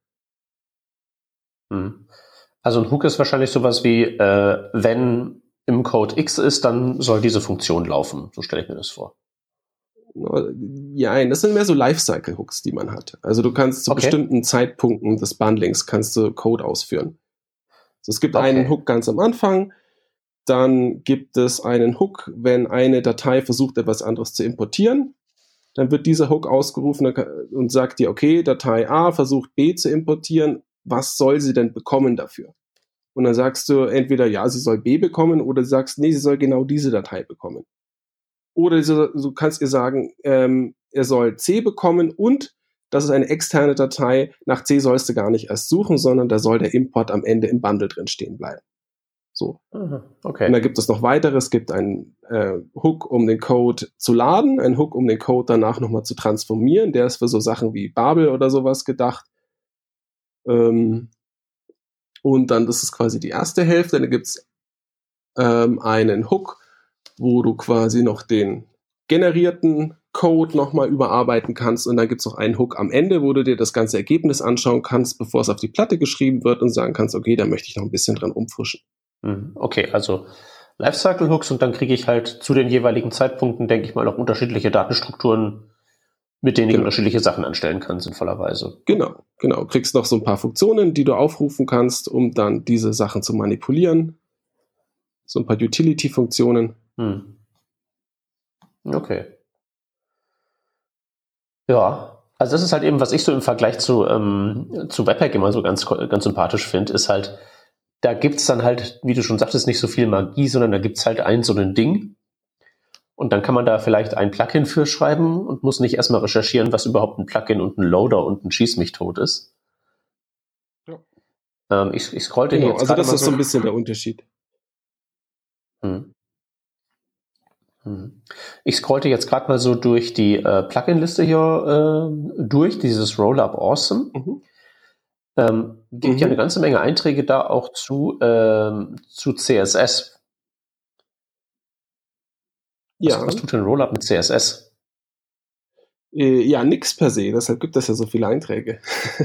Also ein Hook ist wahrscheinlich sowas wie, wenn im Code X ist, dann soll diese Funktion laufen. So stelle ich mir das vor. Ja, das sind mehr so Lifecycle-Hooks, die man hat. Also du kannst zu bestimmten Zeitpunkten des Bundlings kannst du Code ausführen. Also es gibt einen Hook ganz am Anfang, dann gibt es einen Hook, wenn eine Datei versucht, etwas anderes zu importieren. Dann wird dieser Hook ausgerufen und sagt dir, okay, Datei A versucht B zu importieren, was soll sie denn bekommen dafür? Und dann sagst du entweder, ja, sie soll B bekommen oder du sagst, nee, sie soll genau diese Datei bekommen. Oder du kannst ihr sagen, er soll C bekommen und das ist eine externe Datei. Nach C sollst du gar nicht erst suchen, sondern da soll der Import am Ende im Bundle drin stehen bleiben. So. Okay. Und dann gibt es noch weitere. Es gibt einen Hook, um den Code zu laden, einen Hook, um den Code danach nochmal zu transformieren. Der ist für so Sachen wie Babel oder sowas gedacht. Und dann, das ist quasi die erste Hälfte. Dann gibt es einen Hook, wo du quasi noch den generierten Code nochmal überarbeiten kannst und dann gibt es noch einen Hook am Ende, wo du dir das ganze Ergebnis anschauen kannst, bevor es auf die Platte geschrieben wird und sagen kannst, okay, da möchte ich noch ein bisschen dran rumfuschen. Okay, also Lifecycle-Hooks und dann kriege ich halt zu den jeweiligen Zeitpunkten, denke ich mal, noch unterschiedliche Datenstrukturen, mit denen ich unterschiedliche Sachen anstellen kann, sinnvollerweise. Genau. Kriegst noch so ein paar Funktionen, die du aufrufen kannst, um dann diese Sachen zu manipulieren. So ein paar Utility-Funktionen. Okay. Ja, also das ist halt eben, was ich so im Vergleich zu Webpack immer so ganz sympathisch finde, ist halt, da gibt's dann halt, wie du schon sagtest, nicht so viel Magie, sondern da gibt's halt so ein Ding und dann kann man da vielleicht ein Plugin für schreiben und muss nicht erstmal recherchieren, was überhaupt ein Plugin und ein Loader und ein Schieß mich tot ist. Ja. Ich scrollte hier jetzt also das ist so ein bisschen der Unterschied. Ich scrollte jetzt gerade mal so durch die Plugin-Liste hier durch, dieses Rollup Awesome. Gibt ja eine ganze Menge Einträge da auch zu CSS. Was tut denn Rollup mit CSS? Ja, nix per se, deshalb gibt es ja so viele Einträge.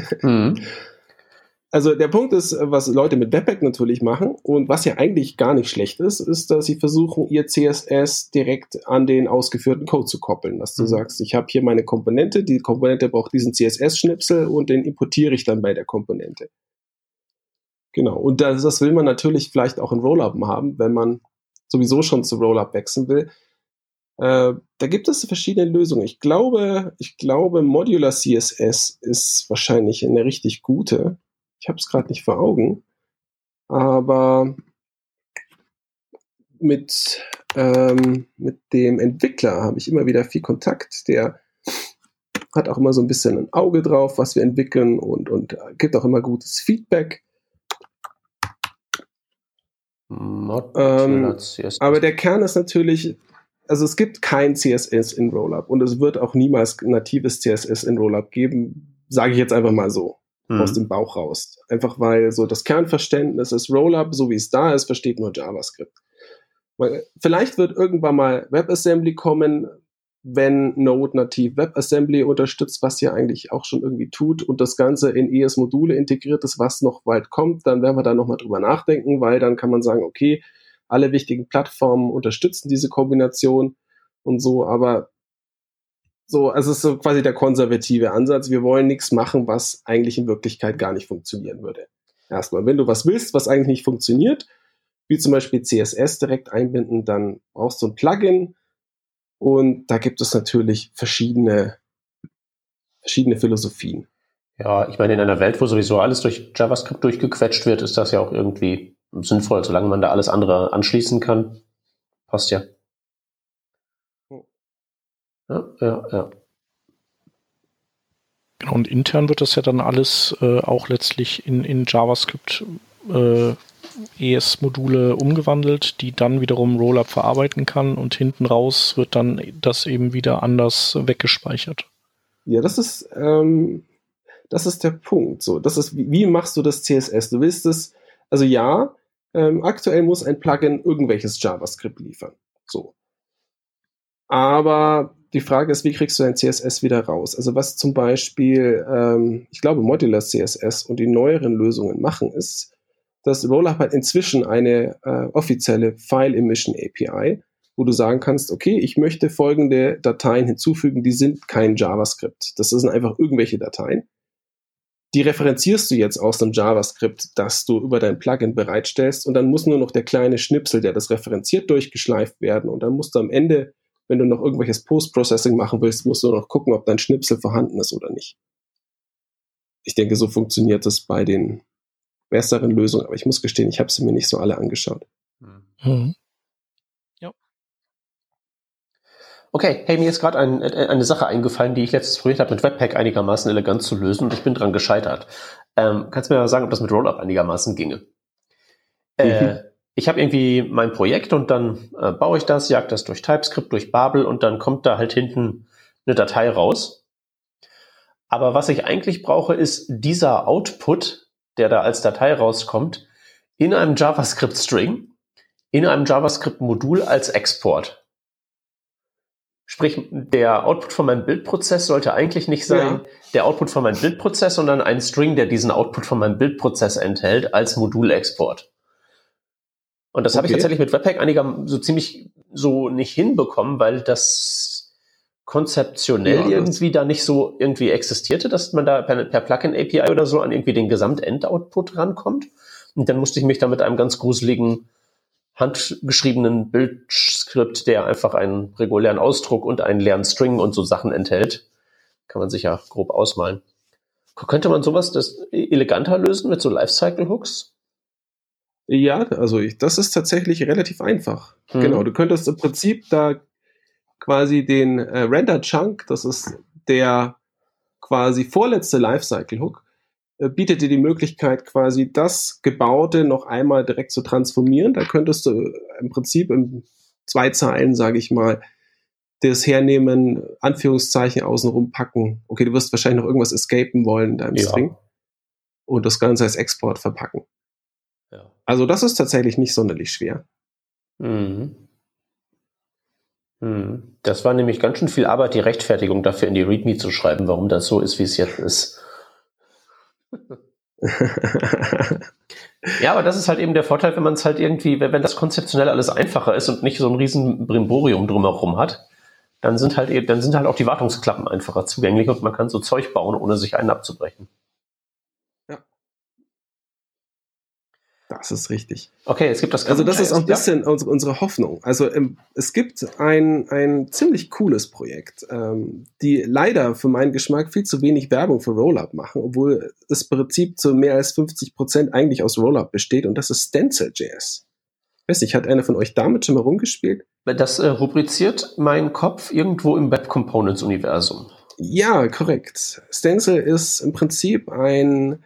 Also der Punkt ist, was Leute mit Webpack natürlich machen und was ja eigentlich gar nicht schlecht ist, ist, dass sie versuchen, ihr CSS direkt an den ausgeführten Code zu koppeln. Dass du sagst, ich habe hier meine Komponente, die Komponente braucht diesen CSS-Schnipsel und den importiere ich dann bei der Komponente. Genau, und das will man natürlich vielleicht auch in Rollup haben, wenn man sowieso schon zu Rollup wechseln will. Da gibt es verschiedene Lösungen. Ich glaube, Modular CSS ist wahrscheinlich eine richtig gute. Ich habe es gerade nicht vor Augen, aber mit dem Entwickler habe ich immer wieder viel Kontakt. Der hat auch immer so ein bisschen ein Auge drauf, was wir entwickeln und gibt auch immer gutes Feedback. Aber der Kern ist natürlich, also es gibt kein CSS in Rollup und es wird auch niemals natives CSS in Rollup geben, sage ich jetzt einfach mal so. Aus dem Bauch raus. Einfach weil so das Kernverständnis ist Rollup, so wie es da ist, versteht nur JavaScript. Vielleicht wird irgendwann mal WebAssembly kommen, wenn Node nativ WebAssembly unterstützt, was ja eigentlich auch schon irgendwie tut und das Ganze in ES-Module integriert ist, was noch bald kommt, dann werden wir da nochmal drüber nachdenken, weil dann kann man sagen, okay, alle wichtigen Plattformen unterstützen diese Kombination und so, aber so, also es ist so quasi der konservative Ansatz. Wir wollen nichts machen, was eigentlich in Wirklichkeit gar nicht funktionieren würde. Erstmal, wenn du was willst, was eigentlich nicht funktioniert, wie zum Beispiel CSS direkt einbinden, dann brauchst du ein Plugin und da gibt es natürlich verschiedene Philosophien. Ja, ich meine, in einer Welt, wo sowieso alles durch JavaScript durchgequetscht wird, ist das ja auch irgendwie sinnvoll, solange man da alles andere anschließen kann. Passt ja. Ja. Genau, und intern wird das ja dann alles auch letztlich in JavaScript ES-Module umgewandelt, die dann wiederum Rollup verarbeiten kann und hinten raus wird dann das eben wieder anders weggespeichert. Ja, das ist der Punkt. So, das ist, wie machst du das CSS? Du willst es, also ja, aktuell muss ein Plugin irgendwelches JavaScript liefern. So. Aber die Frage ist, wie kriegst du dein CSS wieder raus? Also was zum Beispiel, ich glaube, Modular CSS und die neueren Lösungen machen, ist, dass Rollup hat inzwischen eine offizielle File Emission API, wo du sagen kannst, okay, ich möchte folgende Dateien hinzufügen, die sind kein JavaScript. Das sind einfach irgendwelche Dateien. Die referenzierst du jetzt aus dem JavaScript, das du über dein Plugin bereitstellst und dann muss nur noch der kleine Schnipsel, der das referenziert, durchgeschleift werden und dann musst du am Ende, wenn du noch irgendwelches Post-Processing machen willst, musst du noch gucken, ob dein Schnipsel vorhanden ist oder nicht. Ich denke, so funktioniert es bei den besseren Lösungen, aber ich muss gestehen, ich habe sie mir nicht so alle angeschaut. Ja. Okay, hey, mir ist gerade eine Sache eingefallen, die ich letztens probiert habe, mit Webpack einigermaßen elegant zu lösen und ich bin dran gescheitert. Kannst du mir mal sagen, ob das mit Rollup einigermaßen ginge? Ich habe irgendwie mein Projekt und dann baue ich das, jag das durch TypeScript, durch Babel und dann kommt da halt hinten eine Datei raus. Aber was ich eigentlich brauche, ist dieser Output, der da als Datei rauskommt, in einem JavaScript-String, in einem JavaScript-Modul als Export. Sprich, der Output von meinem Bildprozess sollte eigentlich nicht sein, der Output von meinem Bildprozess, sondern ein String, der diesen Output von meinem Bildprozess enthält, als Modulexport. Und das habe ich tatsächlich mit Webpack so ziemlich so nicht hinbekommen, weil das konzeptionell irgendwie da nicht so irgendwie existierte, dass man da per Plugin-API oder so an irgendwie den Gesamtend-Output rankommt. Und dann musste ich mich da mit einem ganz gruseligen handgeschriebenen Bildskript, der einfach einen regulären Ausdruck und einen leeren String und so Sachen enthält. Kann man sich ja grob ausmalen. Könnte man sowas eleganter lösen mit so Lifecycle-Hooks? Ja, also das ist tatsächlich relativ einfach. Genau, du könntest im Prinzip da quasi den Render-Chunk, das ist der quasi vorletzte Lifecycle-Hook, bietet dir die Möglichkeit, quasi das Gebaute noch einmal direkt zu transformieren. Da könntest du im Prinzip in 2 Zeilen, sage ich mal, das hernehmen, Anführungszeichen außenrum packen. Okay, du wirst wahrscheinlich noch irgendwas escapen wollen in deinem String und das Ganze als Export verpacken. Ja. Also das ist tatsächlich nicht sonderlich schwer. Das war nämlich ganz schön viel Arbeit, die Rechtfertigung dafür in die README zu schreiben, warum das so ist, wie es jetzt ist. Ja, aber das ist halt eben der Vorteil, wenn man es halt irgendwie, wenn das konzeptionell alles einfacher ist und nicht so ein riesen Brimborium drumherum hat, dann sind halt auch die Wartungsklappen einfacher zugänglich und man kann so Zeug bauen, ohne sich einen abzubrechen. Ja. Das ist richtig. Okay, es gibt das. Also das ist auch ein bisschen unsere Hoffnung. Also es gibt ein ziemlich cooles Projekt, die leider für meinen Geschmack viel zu wenig Werbung für Rollup machen, obwohl das Prinzip zu mehr als 50% eigentlich aus Rollup besteht, und das ist Stencil.js. Weiß nicht, hat einer von euch damit schon mal rumgespielt? Das rubriziert meinen Kopf irgendwo im Web Components Universum. Ja, korrekt. Stencil ist im Prinzip eine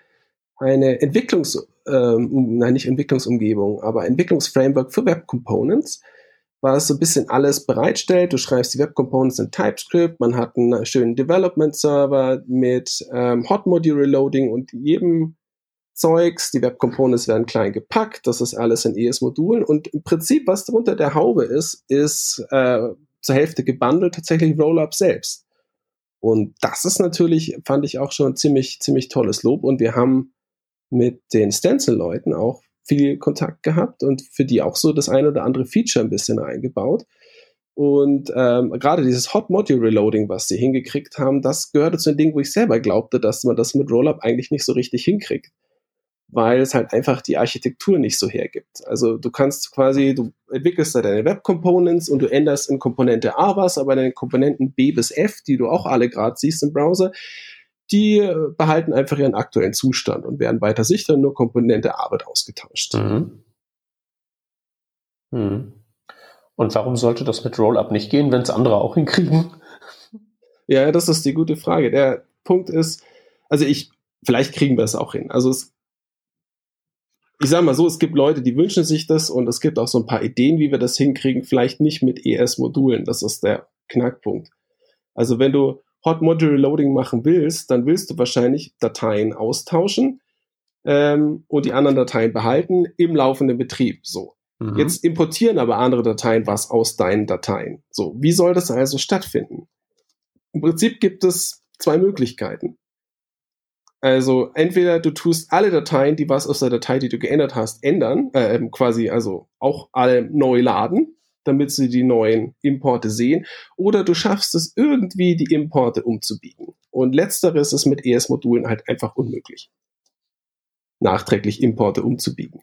nicht Entwicklungsumgebung, aber Entwicklungsframework für Web Components, was so ein bisschen alles bereitstellt. Du schreibst die Web Components in TypeScript, man hat einen schönen Development Server mit Hot Module Reloading und jedem Zeugs. Die Web Components werden klein gepackt, das ist alles in ES-Modulen, und im Prinzip, was drunter der Haube ist zur Hälfte gebundelt tatsächlich Rollup selbst. Und das ist natürlich, fand ich auch schon ein ziemlich tolles Lob, und wir haben mit den Stencil-Leuten auch viel Kontakt gehabt und für die auch so das ein oder andere Feature ein bisschen eingebaut. Und gerade dieses Hot Module Reloading, was sie hingekriegt haben, das gehörte zu einem Ding, wo ich selber glaubte, dass man das mit Rollup eigentlich nicht so richtig hinkriegt, weil es halt einfach die Architektur nicht so hergibt. Also du entwickelst da deine Web Components und du änderst in Komponente A was, aber deine Komponenten B bis F, die du auch alle gerade siehst im Browser, die behalten einfach ihren aktuellen Zustand und werden weiter sicher, nur Komponente A wird ausgetauscht. Und warum sollte das mit Rollup nicht gehen, wenn es andere auch hinkriegen? Ja, das ist die gute Frage. Der Punkt ist, also vielleicht kriegen wir es auch hin. Also ich sage mal so, es gibt Leute, die wünschen sich das, und es gibt auch so ein paar Ideen, wie wir das hinkriegen, vielleicht nicht mit ES-Modulen. Das ist der Knackpunkt. Also wenn du Hot Module Reloading machen willst, dann willst du wahrscheinlich Dateien austauschen und die anderen Dateien behalten im laufenden Betrieb. So. Jetzt importieren aber andere Dateien was aus deinen Dateien. So, wie soll das also stattfinden? Im Prinzip gibt es 2 Möglichkeiten. Also entweder du tust alle Dateien, die was aus der Datei, die du geändert hast, ändern, quasi also auch alle neu laden, damit sie die neuen Importe sehen, oder du schaffst es irgendwie, die Importe umzubiegen. Und letzteres ist mit ES-Modulen halt einfach unmöglich, nachträglich Importe umzubiegen.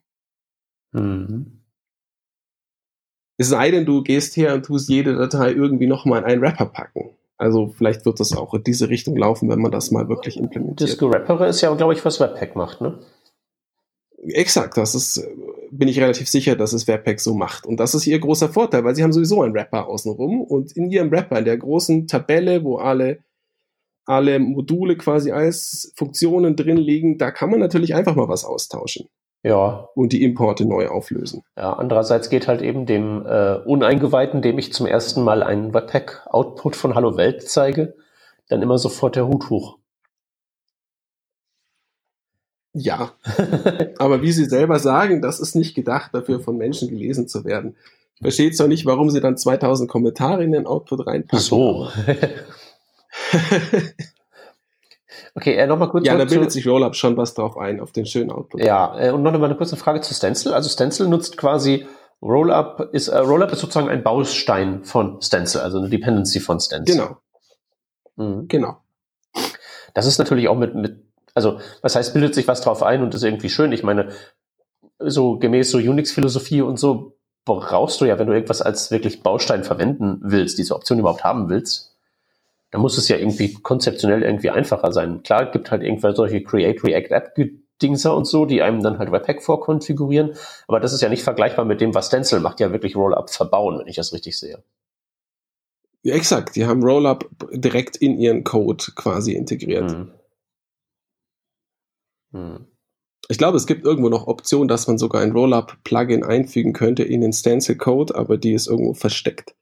Es sei denn, du gehst her und tust jede Datei irgendwie nochmal in einen Wrapper packen. Also vielleicht wird das auch in diese Richtung laufen, wenn man das mal wirklich implementiert. Das Gewrappere ist ja, glaube ich, was Webpack macht, ne? Exakt, bin ich relativ sicher, dass es Webpack so macht. Und das ist ihr großer Vorteil, weil sie haben sowieso einen Wrapper außenrum, und in ihrem Wrapper, in der großen Tabelle, wo alle Module quasi als Funktionen drin liegen, da kann man natürlich einfach mal was austauschen. Ja. Und die Importe neu auflösen. Ja, andererseits geht halt eben dem Uneingeweihten, dem ich zum ersten Mal einen Webpack-Output von Hallo Welt zeige, dann immer sofort der Hut hoch. Ja, aber wie Sie selber sagen, das ist nicht gedacht dafür, von Menschen gelesen zu werden. Ich verstehe zwar nicht, warum sie dann 2000 Kommentare in den Output reinpacken. So. Okay, nochmal kurz. Ja, da bildet sich Rollup schon was drauf ein, auf den schönen Output. Ja, und noch mal eine kurze Frage zu Stencil. Also Stencil nutzt quasi Rollup ist sozusagen ein Baustein von Stencil, also eine Dependency von Stencil. Genau. Genau. Das ist natürlich auch also was heißt, bildet sich was drauf ein und ist irgendwie schön. Ich meine, so gemäß so Unix-Philosophie und so brauchst du ja, wenn du irgendwas als wirklich Baustein verwenden willst, diese Option überhaupt haben willst, dann muss es ja irgendwie konzeptionell irgendwie einfacher sein. Klar, es gibt halt irgendwelche solche Create React App Dingser und so, die einem dann halt Webpack vorkonfigurieren, aber das ist ja nicht vergleichbar mit dem, was Stencil macht, ja wirklich Rollup verbauen, wenn ich das richtig sehe. Ja, exakt. Die haben Rollup direkt in ihren Code quasi integriert. Ich glaube, es gibt irgendwo noch Optionen, dass man sogar ein Rollup-Plugin einfügen könnte in den Stencil-Code, aber die ist irgendwo versteckt.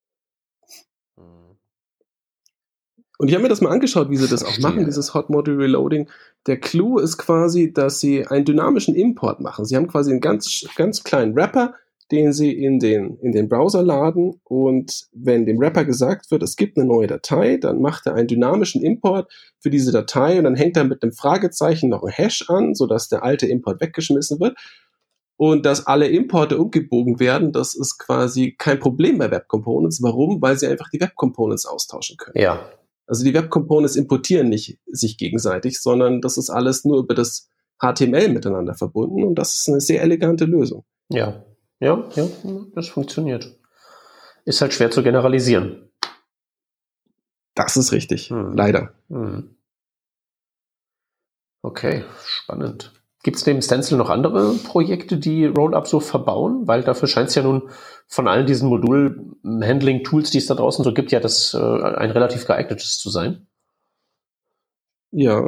Und ich habe mir das mal angeschaut, wie sie das auch machen, dieses Hot Module Reloading. Der Clou ist quasi, dass sie einen dynamischen Import machen. Sie haben quasi einen ganz, ganz kleinen Wrapper, den sie in den Browser laden, und wenn dem Wrapper gesagt wird, es gibt eine neue Datei, dann macht er einen dynamischen Import für diese Datei und dann hängt er mit einem Fragezeichen noch ein Hash an, sodass der alte Import weggeschmissen wird. Und dass alle Importe umgebogen werden, das ist quasi kein Problem bei Web Components. Warum? Weil sie einfach die Web Components austauschen können. Ja. Also die Web Components importieren nicht sich gegenseitig, sondern das ist alles nur über das HTML miteinander verbunden, und das ist eine sehr elegante Lösung. Ja, das funktioniert. Ist halt schwer zu generalisieren. Das ist richtig, leider. Okay, spannend. Gibt es neben Stencil noch andere Projekte, die Rollup so verbauen? Weil dafür scheint es ja nun von allen diesen Modul-Handling-Tools, die es da draußen so gibt, ja das ein relativ geeignetes zu sein. Ja,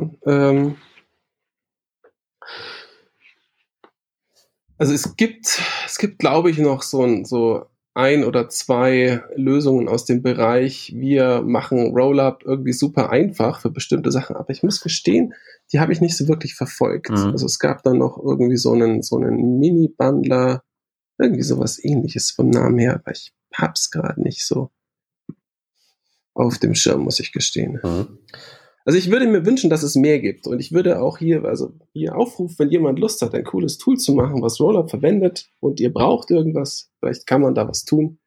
also es gibt, glaube ich, noch so ein oder zwei Lösungen aus dem Bereich, wir machen Rollup irgendwie super einfach für bestimmte Sachen, aber ich muss gestehen, die habe ich nicht so wirklich verfolgt. Also es gab dann noch irgendwie so einen Mini-Bundler, irgendwie sowas Ähnliches vom Namen her, aber ich hab's gerade nicht so auf dem Schirm, muss ich gestehen. Also ich würde mir wünschen, dass es mehr gibt, und ich würde auch hier aufrufen, wenn jemand Lust hat, ein cooles Tool zu machen, was Rollup verwendet, und ihr braucht irgendwas, vielleicht kann man da was tun.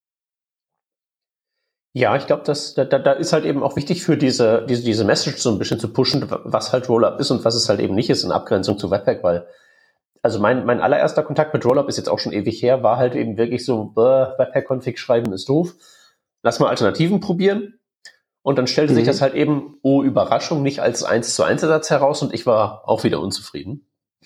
Ja, ich glaube, da ist halt eben auch wichtig für diese Message so ein bisschen zu pushen, was halt Rollup ist und was es halt eben nicht ist in Abgrenzung zu Webpack, weil also mein allererster Kontakt mit Rollup ist jetzt auch schon ewig her, war halt eben wirklich so, Webpack-Config schreiben ist doof, lass mal Alternativen probieren. Und dann stellte sich das halt eben, oh Überraschung, nicht als 1:1 Ersatz heraus, und ich war auch wieder unzufrieden.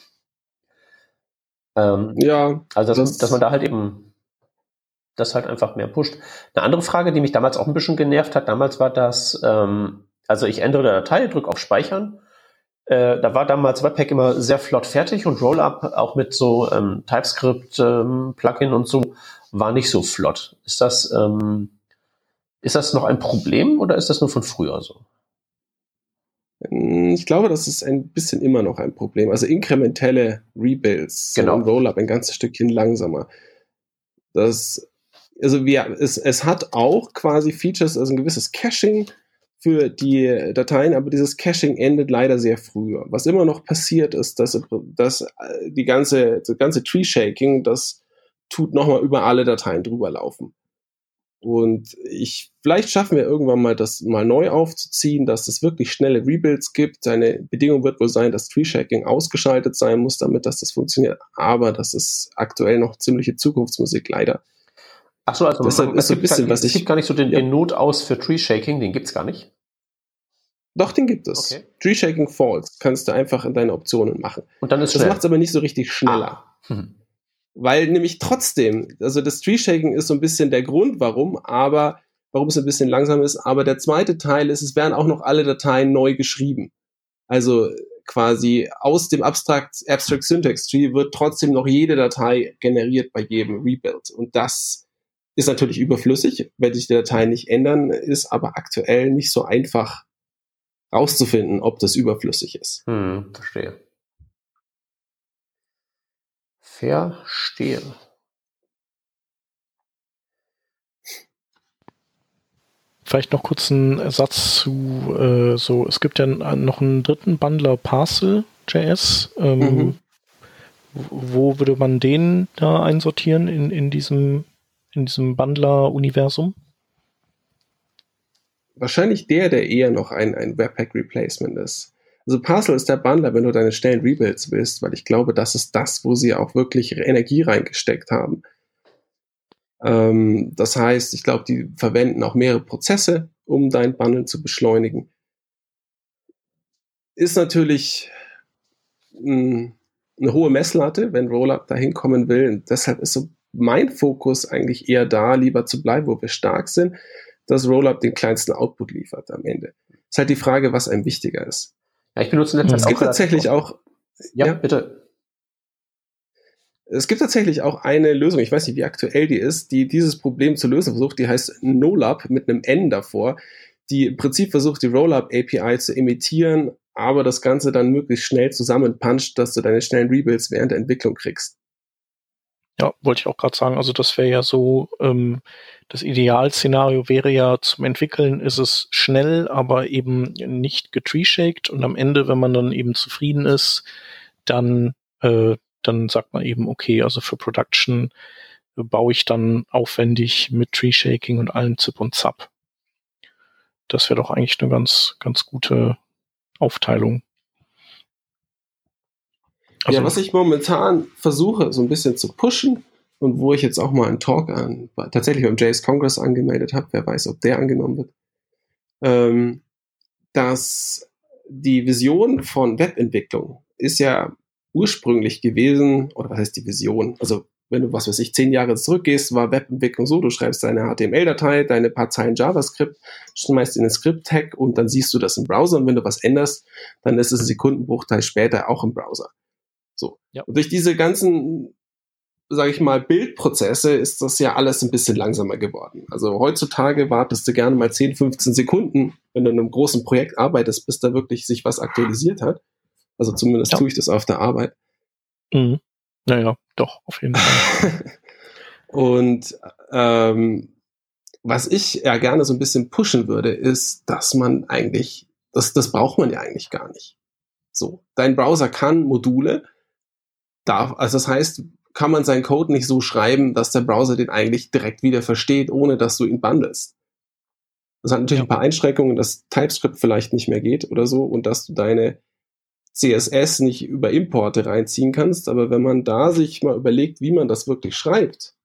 Ja. Also dass man da halt eben das halt einfach mehr pusht. Eine andere Frage, die mich damals auch ein bisschen genervt hat, damals war das, also ich ändere eine Datei, drücke auf Speichern. Da war damals Webpack immer sehr flott fertig, und Rollup auch mit so TypeScript-Plugin und so war nicht so flott. Ist das noch ein Problem, oder ist das nur von früher so? Ich glaube, das ist ein bisschen immer noch ein Problem. Also inkrementelle Rebuilds sind im Rollup ein ganzes Stückchen langsamer. Es hat auch quasi Features, also ein gewisses Caching für die Dateien, aber dieses Caching endet leider sehr früh. Was immer noch passiert ist, dass das ganze Tree-Shaking, das tut nochmal über alle Dateien drüber laufen. Und vielleicht schaffen wir irgendwann mal, das mal neu aufzuziehen, dass es wirklich schnelle Rebuilds gibt. Eine Bedingung wird wohl sein, dass Tree-Shaking ausgeschaltet sein muss, damit das funktioniert. Aber das ist aktuell noch ziemliche Zukunftsmusik, leider. Ach so, also es gibt gar nicht so den Notaus für Tree-Shaking, den gibt's gar nicht? Doch, den gibt es. Okay. Tree-Shaking False kannst du einfach in deine Optionen machen. Und dann ist das macht es aber nicht so richtig schneller. Weil nämlich trotzdem, also das Tree-Shaking ist so ein bisschen der Grund, warum es ein bisschen langsam ist, aber der zweite Teil ist, es werden auch noch alle Dateien neu geschrieben. Also quasi aus dem Abstract Syntax Tree wird trotzdem noch jede Datei generiert bei jedem Rebuild. Und das ist natürlich überflüssig, wenn sich die Dateien nicht ändern, ist aber aktuell nicht so einfach rauszufinden, ob das überflüssig ist. Verstehe. Verstehe. Vielleicht noch kurz einen Satz zu, es gibt ja noch einen dritten Bundler, Parcel.js. Wo würde man den da einsortieren in diesem Bundler-Universum? Wahrscheinlich der eher noch ein Webpack-Replacement ist. Also Parcel ist der Bundler, wenn du deine schnellen Rebuilds willst, weil ich glaube, das ist das, wo sie auch wirklich Energie reingesteckt haben. Das heißt, ich glaube, die verwenden auch mehrere Prozesse, um dein Bundle zu beschleunigen. Ist natürlich eine hohe Messlatte, wenn Rollup da hinkommen will. Und deshalb ist so mein Fokus eigentlich eher da, lieber zu bleiben, wo wir stark sind, dass Rollup den kleinsten Output liefert am Ende. Ist halt die Frage, was einem wichtiger ist. Ja, ich benutze in der Zeit Es gibt tatsächlich auch... Ja, bitte. Es gibt tatsächlich auch eine Lösung, ich weiß nicht, wie aktuell die ist, die dieses Problem zu lösen versucht, die heißt Nolup mit einem N davor, die im Prinzip versucht, die Rollup-API zu imitieren, aber das Ganze dann möglichst schnell zusammenpuncht, dass du deine schnellen Rebuilds während der Entwicklung kriegst. Ja, wollte ich auch gerade sagen, also das wäre ja so, das Idealszenario wäre ja, zum Entwickeln ist es schnell, aber eben nicht getree-shaked und am Ende, wenn man dann eben zufrieden ist, dann sagt man eben, okay, also für Production baue ich dann aufwendig mit Tree-Shaking und allem Zip und Zap. Das wäre doch eigentlich eine ganz, ganz gute Aufteilung. Also, ja, was ich momentan versuche, so ein bisschen zu pushen und wo ich jetzt auch mal einen Talk tatsächlich beim JS Congress angemeldet habe, wer weiß, ob der angenommen wird, dass die Vision von Webentwicklung ist ja ursprünglich gewesen, oder was heißt die Vision? Also wenn du, 10 Jahre zurückgehst, war Webentwicklung so, du schreibst deine HTML-Datei, deine paar Zeilen JavaScript, schmeißt in den Script-Tag und dann siehst du das im Browser und wenn du was änderst, dann ist es ein Sekundenbruchteil später auch im Browser. So. Ja. Und durch diese ganzen, sage ich mal, Bildprozesse ist das ja alles ein bisschen langsamer geworden. Also heutzutage wartest du gerne mal 10, 15 Sekunden, wenn du in einem großen Projekt arbeitest, bis da wirklich sich was aktualisiert hat. Also zumindest tue ich das auf der Arbeit. Mhm. Naja, doch, auf jeden Fall. Und was ich ja gerne so ein bisschen pushen würde, ist, dass man eigentlich, das braucht man ja eigentlich gar nicht. So, dein Browser kann Module, also das heißt, kann man seinen Code nicht so schreiben, dass der Browser den eigentlich direkt wieder versteht, ohne dass du ihn bundelst. Das hat natürlich ein paar Einschränkungen, dass TypeScript vielleicht nicht mehr geht oder so und dass du deine CSS nicht über Importe reinziehen kannst, aber wenn man da sich mal überlegt, wie man das wirklich schreibt.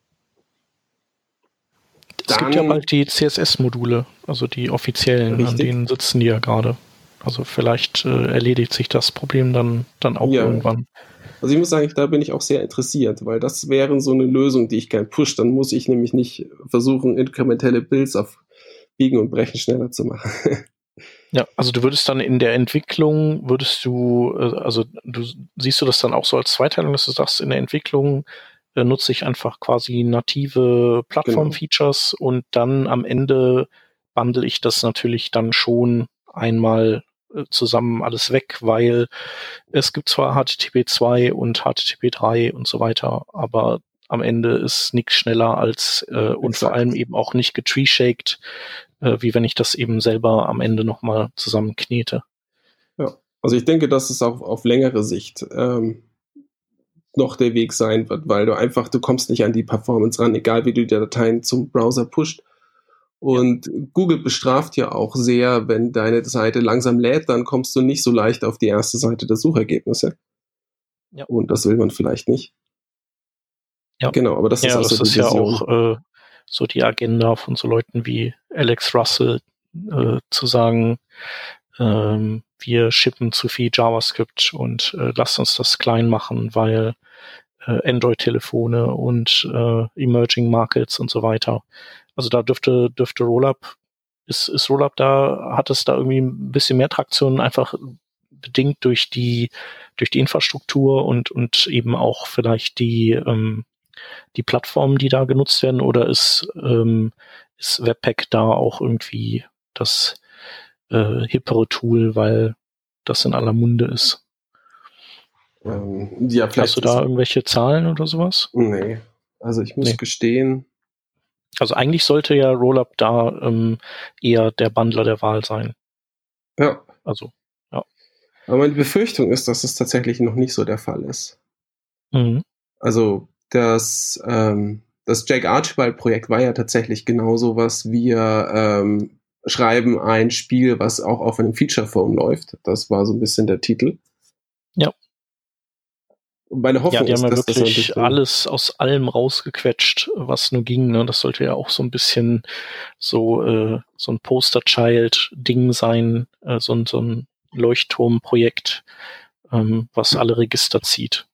Es gibt ja bald die CSS-Module, also die offiziellen, richtig. An denen sitzen die ja gerade. Also vielleicht erledigt sich das Problem dann auch irgendwann. Also ich muss sagen, da bin ich auch sehr interessiert, weil das wäre so eine Lösung, die ich gern push. Dann muss ich nämlich nicht versuchen, inkrementelle Builds auf Biegen und Brechen schneller zu machen. Ja, also du würdest dann in der Entwicklung, siehst du das dann auch so als Zweiteilung, dass du sagst, in der Entwicklung nutze ich einfach quasi native Plattform-Features und dann am Ende bundle ich das natürlich dann schon einmal zusammen alles weg, weil es gibt zwar HTTP 2 und HTTP 3 und so weiter, aber am Ende ist nichts schneller als und vor allem eben auch nicht getree-shaked, wie wenn ich das eben selber am Ende nochmal zusammenknete. Ja, also ich denke, dass es auch auf längere Sicht noch der Weg sein wird, weil du kommst nicht an die Performance ran, egal wie du die Dateien zum Browser pusht. Und Google bestraft ja auch sehr, wenn deine Seite langsam lädt, dann kommst du nicht so leicht auf die erste Seite der Suchergebnisse. Ja. Und das will man vielleicht nicht. Ja. Genau, aber das ist also die Vision. Ja auch so die Agenda von so Leuten wie Alex Russell, zu sagen, wir shippen zu viel JavaScript und lasst uns das klein machen, weil Android-Telefone und Emerging Markets und so weiter. Also da dürfte Rollup, ist Rollup da, hat es da irgendwie ein bisschen mehr Traktion, einfach bedingt durch die Infrastruktur und eben auch vielleicht die Plattformen, die da genutzt werden, oder ist Webpack da auch irgendwie das hippere Tool, weil das in aller Munde ist? Ja, hast du da irgendwelche Zahlen oder sowas? Nee, also ich muss gestehen, Also eigentlich sollte ja Rollup da eher der Bundler der Wahl sein. Ja. Also, ja. Aber meine Befürchtung ist, dass es tatsächlich noch nicht so der Fall ist. Mhm. Also das Jake Archibald-Projekt war ja tatsächlich genau sowas. Wir schreiben ein Spiel, was auch auf einem Feature-Phone läuft. Das war so ein bisschen der Titel. Ja. Und meine Hoffnung die ist, haben ja dass das wirklich alles aus allem rausgequetscht, was nur ging. Ne? Das sollte ja auch so ein bisschen so ein Poster-Child-Ding sein, so ein Leuchtturmprojekt, was alle Register zieht.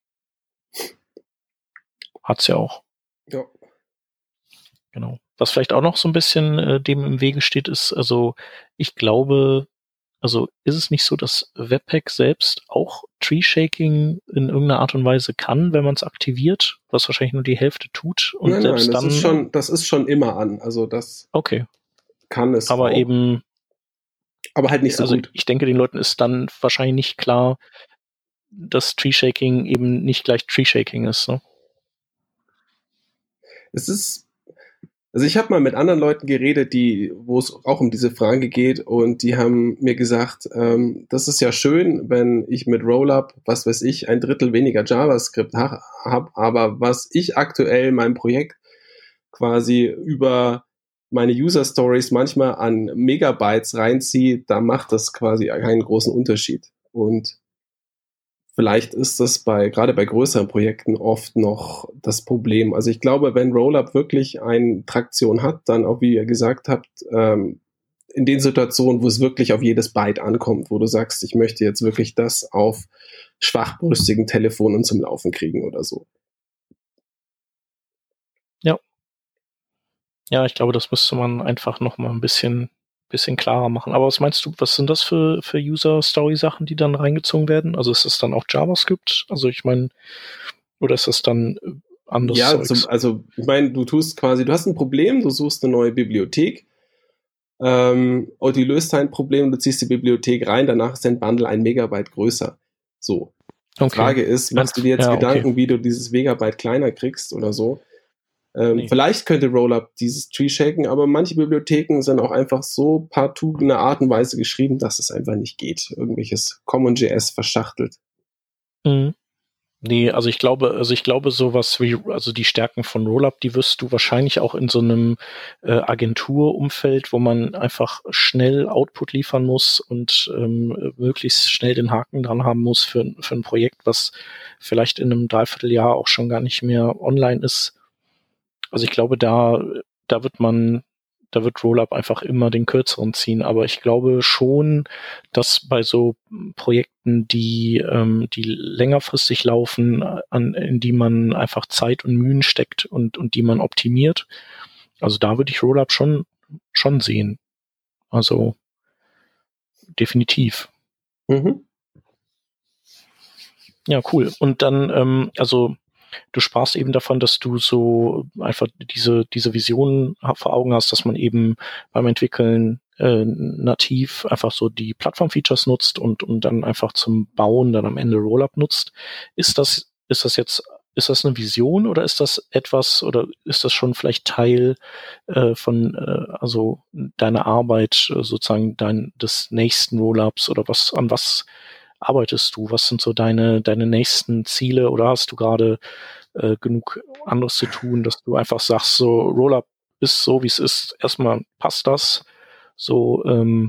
Hat's ja auch. Ja. Genau. Was vielleicht auch noch so ein bisschen dem im Wege steht, ist, also ich glaube, also ist es nicht so, dass Webpack selbst auch Tree-Shaking in irgendeiner Art und Weise kann, wenn man es aktiviert, was wahrscheinlich nur die Hälfte tut und Nein, selbst das ist schon immer an. Also das okay. Kann es aber auch. Eben, aber halt nicht so also gut. Ich denke, den Leuten ist dann wahrscheinlich nicht klar, dass Tree-Shaking eben nicht gleich Tree-Shaking ist. Ne? Also ich habe mal mit anderen Leuten geredet, wo es auch um diese Frage geht, und die haben mir gesagt, das ist ja schön, wenn ich mit Rollup, was weiß ich, 1/3 weniger JavaScript habe, aber was ich aktuell in meinem Projekt quasi über meine User Stories manchmal an Megabytes reinziehe, da macht das quasi keinen großen Unterschied. Und vielleicht ist das gerade bei größeren Projekten oft noch das Problem. Also ich glaube, wenn Rollup wirklich eine Traktion hat, dann auch, wie ihr gesagt habt, in den Situationen, wo es wirklich auf jedes Byte ankommt, wo du sagst, ich möchte jetzt wirklich das auf schwachbrüstigen Telefonen zum Laufen kriegen oder so. Ja. Ja, ich glaube, das müsste man einfach noch mal ein bisschen klarer machen. Aber was meinst du, was sind das für User-Story-Sachen, die dann reingezogen werden? Also ist das dann auch JavaScript? Also ich meine, oder ist das dann anderes Zeugs? Also ich meine, du hast ein Problem, du suchst eine neue Bibliothek, und die löst dein Problem, du ziehst die Bibliothek rein, danach ist dein Bundle 1 Megabyte größer. So. Die Frage ist, machst du dir jetzt Gedanken, wie du dieses Megabyte kleiner kriegst oder so? Nee. Vielleicht könnte Rollup dieses Tree shaken, aber manche Bibliotheken sind auch einfach so partout in einer Art und Weise geschrieben, dass es einfach nicht geht. Irgendwelches CommonJS verschachtelt. Mhm. Nee, also ich glaube sowas wie, also die Stärken von Rollup, die wirst du wahrscheinlich auch in so einem Agenturumfeld, wo man einfach schnell Output liefern muss und möglichst schnell den Haken dran haben muss für ein Projekt, was vielleicht in einem Dreivierteljahr auch schon gar nicht mehr online ist. Also ich glaube, da wird Rollup einfach immer den kürzeren ziehen. Aber ich glaube schon, dass bei so Projekten, die längerfristig laufen, in die man einfach Zeit und Mühen steckt und die man optimiert, also da würde ich Rollup schon sehen. Also definitiv. Mhm. Ja, cool. Und dann, also du sprachst eben davon, dass du so einfach diese Vision vor Augen hast, dass man eben beim Entwickeln nativ einfach so die Plattform-Features nutzt und dann einfach zum Bauen dann am Ende Rollup nutzt. Ist das eine Vision oder ist das etwas oder ist das schon vielleicht Teil von also deiner Arbeit sozusagen des nächsten Rollups oder an was arbeitest du? Was sind so deine nächsten Ziele oder hast du gerade genug anderes zu tun, dass du einfach sagst, so Rollup ist so, wie es ist. Erstmal passt das. So,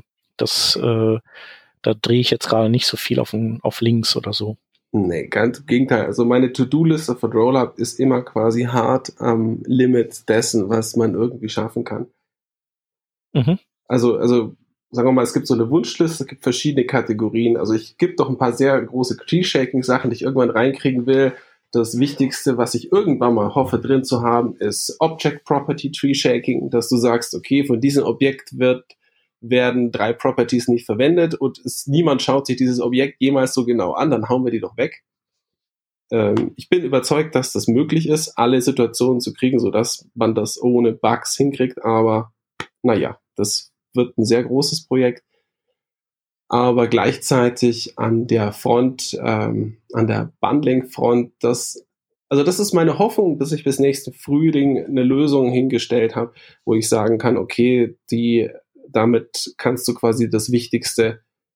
da drehe ich jetzt gerade nicht so viel auf links oder so. Nee, ganz im Gegenteil. Also meine To-Do-Liste von Rollup ist immer quasi hart am Limit dessen, was man irgendwie schaffen kann. Mhm. Also sagen wir mal, es gibt so eine Wunschliste, es gibt verschiedene Kategorien. Also ich gibt doch ein paar sehr große Tree-Shaking-Sachen, die ich irgendwann reinkriegen will. Das Wichtigste, was ich irgendwann mal hoffe drin zu haben, ist Object Property Tree Shaking, dass du sagst, okay, von diesem Objekt werden 3 Properties nicht verwendet und niemand schaut sich dieses Objekt jemals so genau an, dann hauen wir die doch weg. Ich bin überzeugt, dass das möglich ist, alle Situationen zu kriegen, sodass man das ohne Bugs hinkriegt, aber naja, das wird ein sehr großes Projekt. Aber gleichzeitig an der Front, an der Bundling-Front, Also das ist meine Hoffnung, dass ich bis nächsten Frühling eine Lösung hingestellt habe, wo ich sagen kann, okay, damit kannst du quasi das Wichtigste,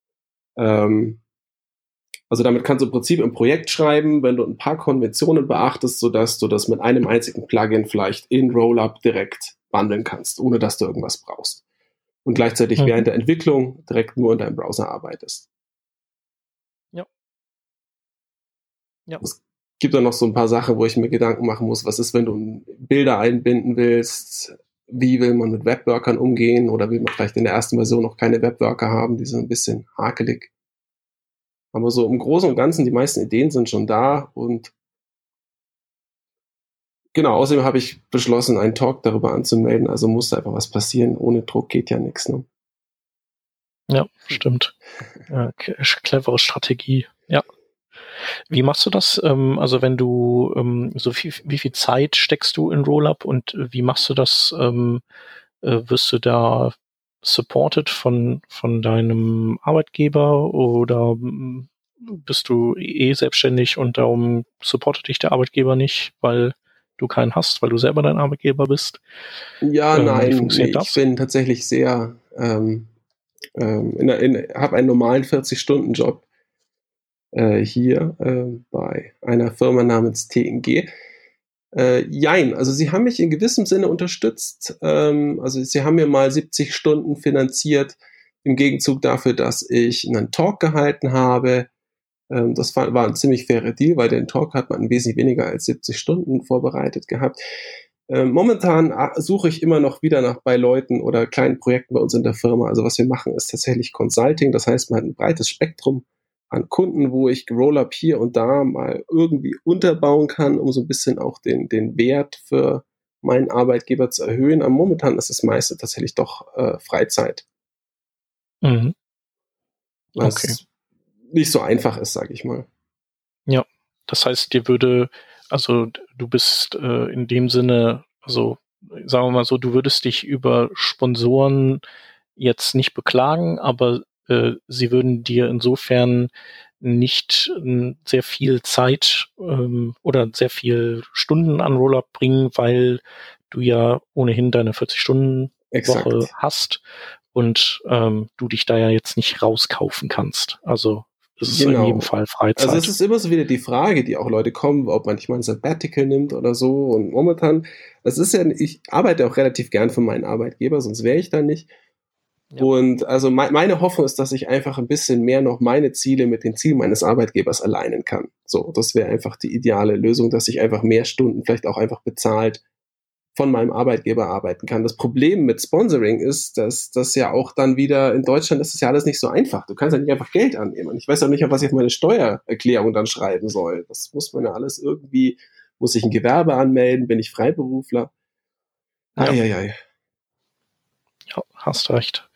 also damit kannst du im Prinzip ein Projekt schreiben, wenn du ein paar Konventionen beachtest, sodass du das mit einem einzigen Plugin vielleicht in Rollup direkt wandeln kannst, ohne dass du irgendwas brauchst. Und gleichzeitig während der Entwicklung direkt nur in deinem Browser arbeitest. Ja. Es gibt dann noch so ein paar Sachen, wo ich mir Gedanken machen muss, was ist, wenn du Bilder einbinden willst, wie will man mit Webworkern umgehen oder will man vielleicht in der ersten Version noch keine Webworker haben, die sind ein bisschen hakelig. Aber so im Großen und Ganzen, die meisten Ideen sind schon da und genau, außerdem habe ich beschlossen, einen Talk darüber anzumelden, also muss einfach was passieren. Ohne Druck geht ja nichts, ne? Ja, stimmt. Ja, clevere Strategie, ja. Wie machst du das? Also wenn du wie viel Zeit steckst du in Rollup und wie machst du das? Wirst du da supported von deinem Arbeitgeber oder bist du selbstständig und darum supportet dich der Arbeitgeber nicht, weil du keinen hast, weil du selber dein Arbeitgeber bist? Ja, nein, wie funktioniert das? Ich bin tatsächlich sehr habe einen normalen 40-Stunden-Job hier bei einer Firma namens TNG. Jein, also sie haben mich in gewissem Sinne unterstützt. Also sie haben mir mal 70 Stunden finanziert im Gegenzug dafür, dass ich einen Talk gehalten habe. Das war ein ziemlich fairer Deal, weil den Talk hat man wesentlich weniger als 70 Stunden vorbereitet gehabt. Momentan suche ich immer noch wieder bei Leuten oder kleinen Projekten bei uns in der Firma. Also was wir machen, ist tatsächlich Consulting. Das heißt, man hat ein breites Spektrum an Kunden, wo ich Rollup hier und da mal irgendwie unterbauen kann, um so ein bisschen auch den Wert für meinen Arbeitgeber zu erhöhen. Aber momentan ist das meiste tatsächlich doch Freizeit. Mhm. Was nicht so einfach ist, sage ich mal. Ja, das heißt, du bist in dem Sinne, also sagen wir mal so, du würdest dich über Sponsoren jetzt nicht beklagen, aber sie würden dir insofern nicht sehr viel Zeit oder sehr viel Stunden an Rollup bringen, weil du ja ohnehin deine 40-Stunden-Woche hast und du dich da ja jetzt nicht rauskaufen kannst. Also es ist in jedem Fall Freizeit. Also es ist immer so wieder die Frage, die auch Leute kommen, ob man nicht mal ein Sabbatical nimmt oder so. Und momentan, ich arbeite auch relativ gern für meinen Arbeitgeber, sonst wäre ich da nicht. Ja. Und also meine Hoffnung ist, dass ich einfach ein bisschen mehr noch meine Ziele mit den Zielen meines Arbeitgebers alignen kann. So, das wäre einfach die ideale Lösung, dass ich einfach mehr Stunden vielleicht auch einfach bezahlt von meinem Arbeitgeber arbeiten kann. Das Problem mit Sponsoring ist, dass das ja auch dann wieder in Deutschland ist es ja alles nicht so einfach. Du kannst ja nicht einfach Geld annehmen. Ich weiß auch nicht, was ich auf meine Steuererklärung dann schreiben soll. Das muss man ja alles irgendwie, muss ich ein Gewerbe anmelden, bin ich Freiberufler. Ja, hast recht.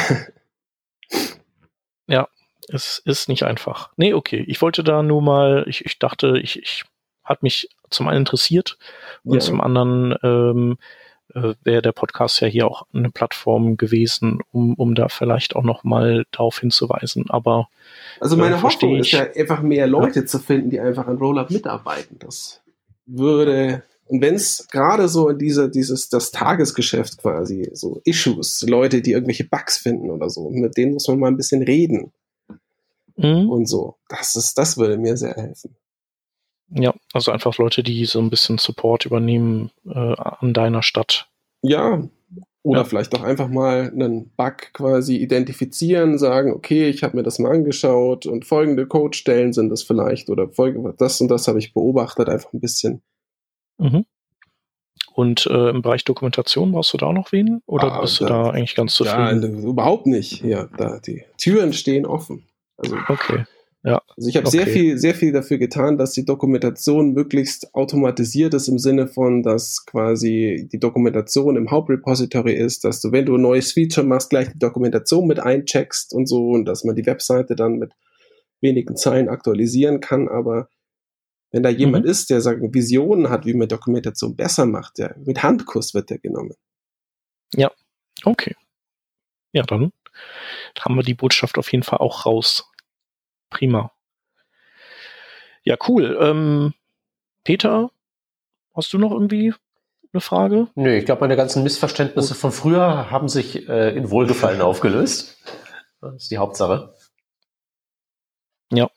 Ja, es ist nicht einfach. Nee, okay. Ich wollte da nur mal, ich dachte, ich hat mich zum einen interessiert und zum anderen wäre der Podcast ja hier auch eine Plattform gewesen, um da vielleicht auch noch mal darauf hinzuweisen. Aber also meine Hoffnung ist ja einfach mehr Leute zu finden, die einfach an Rollup mitarbeiten. Das würde, und wenn es gerade so in das Tagesgeschäft quasi, so Issues, Leute, die irgendwelche Bugs finden oder so, mit denen muss man mal ein bisschen reden. Und so. Das würde mir sehr helfen. Ja, also einfach Leute, die so ein bisschen Support übernehmen an deiner Stadt. Ja, oder vielleicht auch einfach mal einen Bug quasi identifizieren, sagen, okay, ich habe mir das mal angeschaut und folgende Codestellen sind es vielleicht oder das und das habe ich beobachtet, einfach ein bisschen. Mhm. Und im Bereich Dokumentation brauchst du da auch noch wen? Oder bist du da eigentlich ganz zufrieden? Ja, überhaupt nicht. Ja, die Türen stehen offen. Also, okay. Ja. Also ich habe sehr viel dafür getan, dass die Dokumentation möglichst automatisiert ist im Sinne von, dass quasi die Dokumentation im Hauptrepository ist, dass du, wenn du ein neues Feature machst, gleich die Dokumentation mit eincheckst und so und dass man die Webseite dann mit wenigen Zeilen aktualisieren kann. Aber wenn da jemand ist, der Visionen hat, wie man Dokumentation besser macht, der mit Handkuss wird der genommen. Ja, okay. Ja, dann haben wir die Botschaft auf jeden Fall auch raus. Prima. Ja, cool. Peter, hast du noch irgendwie eine Frage? Nö, ich glaube, meine ganzen Missverständnisse von früher haben sich in Wohlgefallen aufgelöst. Das ist die Hauptsache. Ja.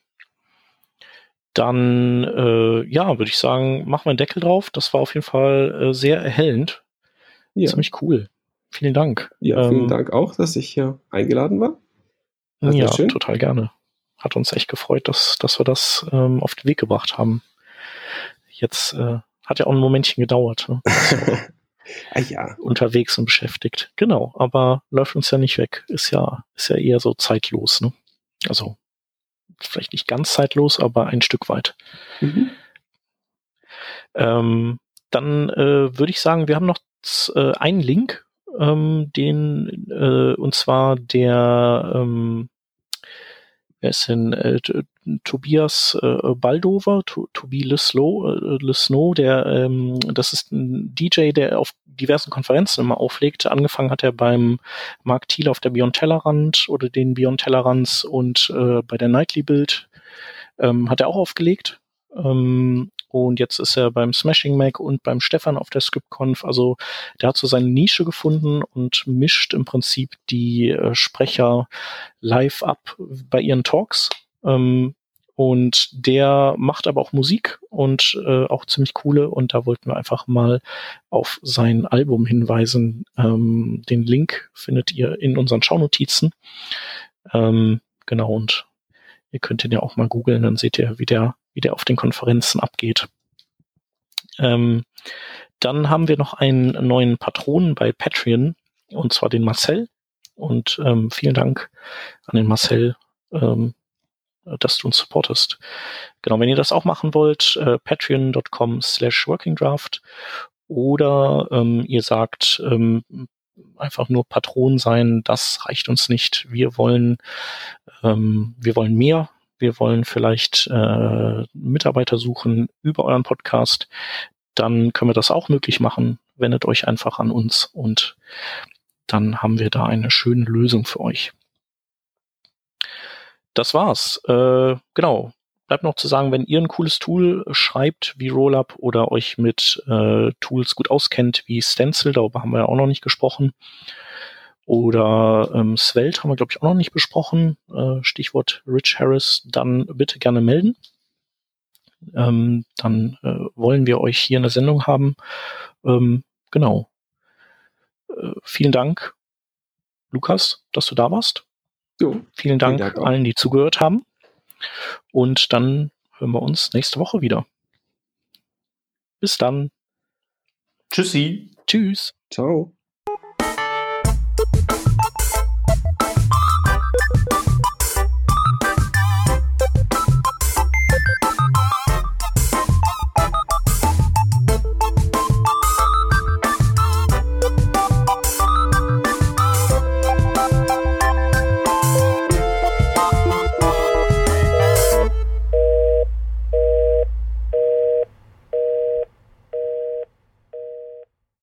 Dann, würde ich sagen, machen wir einen Deckel drauf. Das war auf jeden Fall sehr erhellend. Ja. Ziemlich cool. Vielen Dank. Ja, vielen Dank auch, dass ich hier eingeladen war. Ja, total gerne. Hat uns echt gefreut, dass wir das auf den Weg gebracht haben. Jetzt hat ja auch ein Momentchen gedauert. Ne? Ja. Unterwegs und beschäftigt. Genau, aber läuft uns ja nicht weg. Ist ja eher so zeitlos. Ne? Also vielleicht nicht ganz zeitlos, aber ein Stück weit. Mhm. Dann würde ich sagen, wir haben noch einen Link, und zwar der wer ist denn? Tobias Baldover, Tobi Lesnow, das ist ein DJ, der auf diversen Konferenzen immer auflegt. Angefangen hat er beim Mark Thiel auf der Beyond Tellerrand oder den Beyond Tellerrands und bei der Nightly Build hat er auch aufgelegt. Und jetzt ist er beim Smashing Mac und beim Stefan auf der ScriptConf. Also der hat so seine Nische gefunden und mischt im Prinzip die Sprecher live ab bei ihren Talks. Und der macht aber auch Musik und auch ziemlich coole. Und da wollten wir einfach mal auf sein Album hinweisen. Den Link findet ihr in unseren Shownotizen. Genau, und ihr könnt ihn ja auch mal googeln, dann seht ihr, wie der auf den Konferenzen abgeht. Dann haben wir noch einen neuen Patronen bei Patreon, und zwar den Marcel. Und vielen Dank an den Marcel, dass du uns supportest. Genau, wenn ihr das auch machen wollt, patreon.com/workingdraft oder ihr sagt, einfach nur Patron sein, das reicht uns nicht. Wir wollen mehr. Wir wollen vielleicht Mitarbeiter suchen über euren Podcast. Dann können wir das auch möglich machen. Wendet euch einfach an uns und dann haben wir da eine schöne Lösung für euch. Das war's. Genau. Bleibt noch zu sagen, wenn ihr ein cooles Tool schreibt wie Rollup oder euch mit Tools gut auskennt wie Stencil, darüber haben wir ja auch noch nicht gesprochen, oder Svelte haben wir, glaube ich, auch noch nicht besprochen. Stichwort Rich Harris, dann bitte gerne melden. Dann wollen wir euch hier in der Sendung haben. Genau. Vielen Dank, Lukas, dass du da warst. Jo, vielen Dank allen, die zugehört haben. Und dann hören wir uns nächste Woche wieder. Bis dann. Tschüssi. Tschüss. Ciao.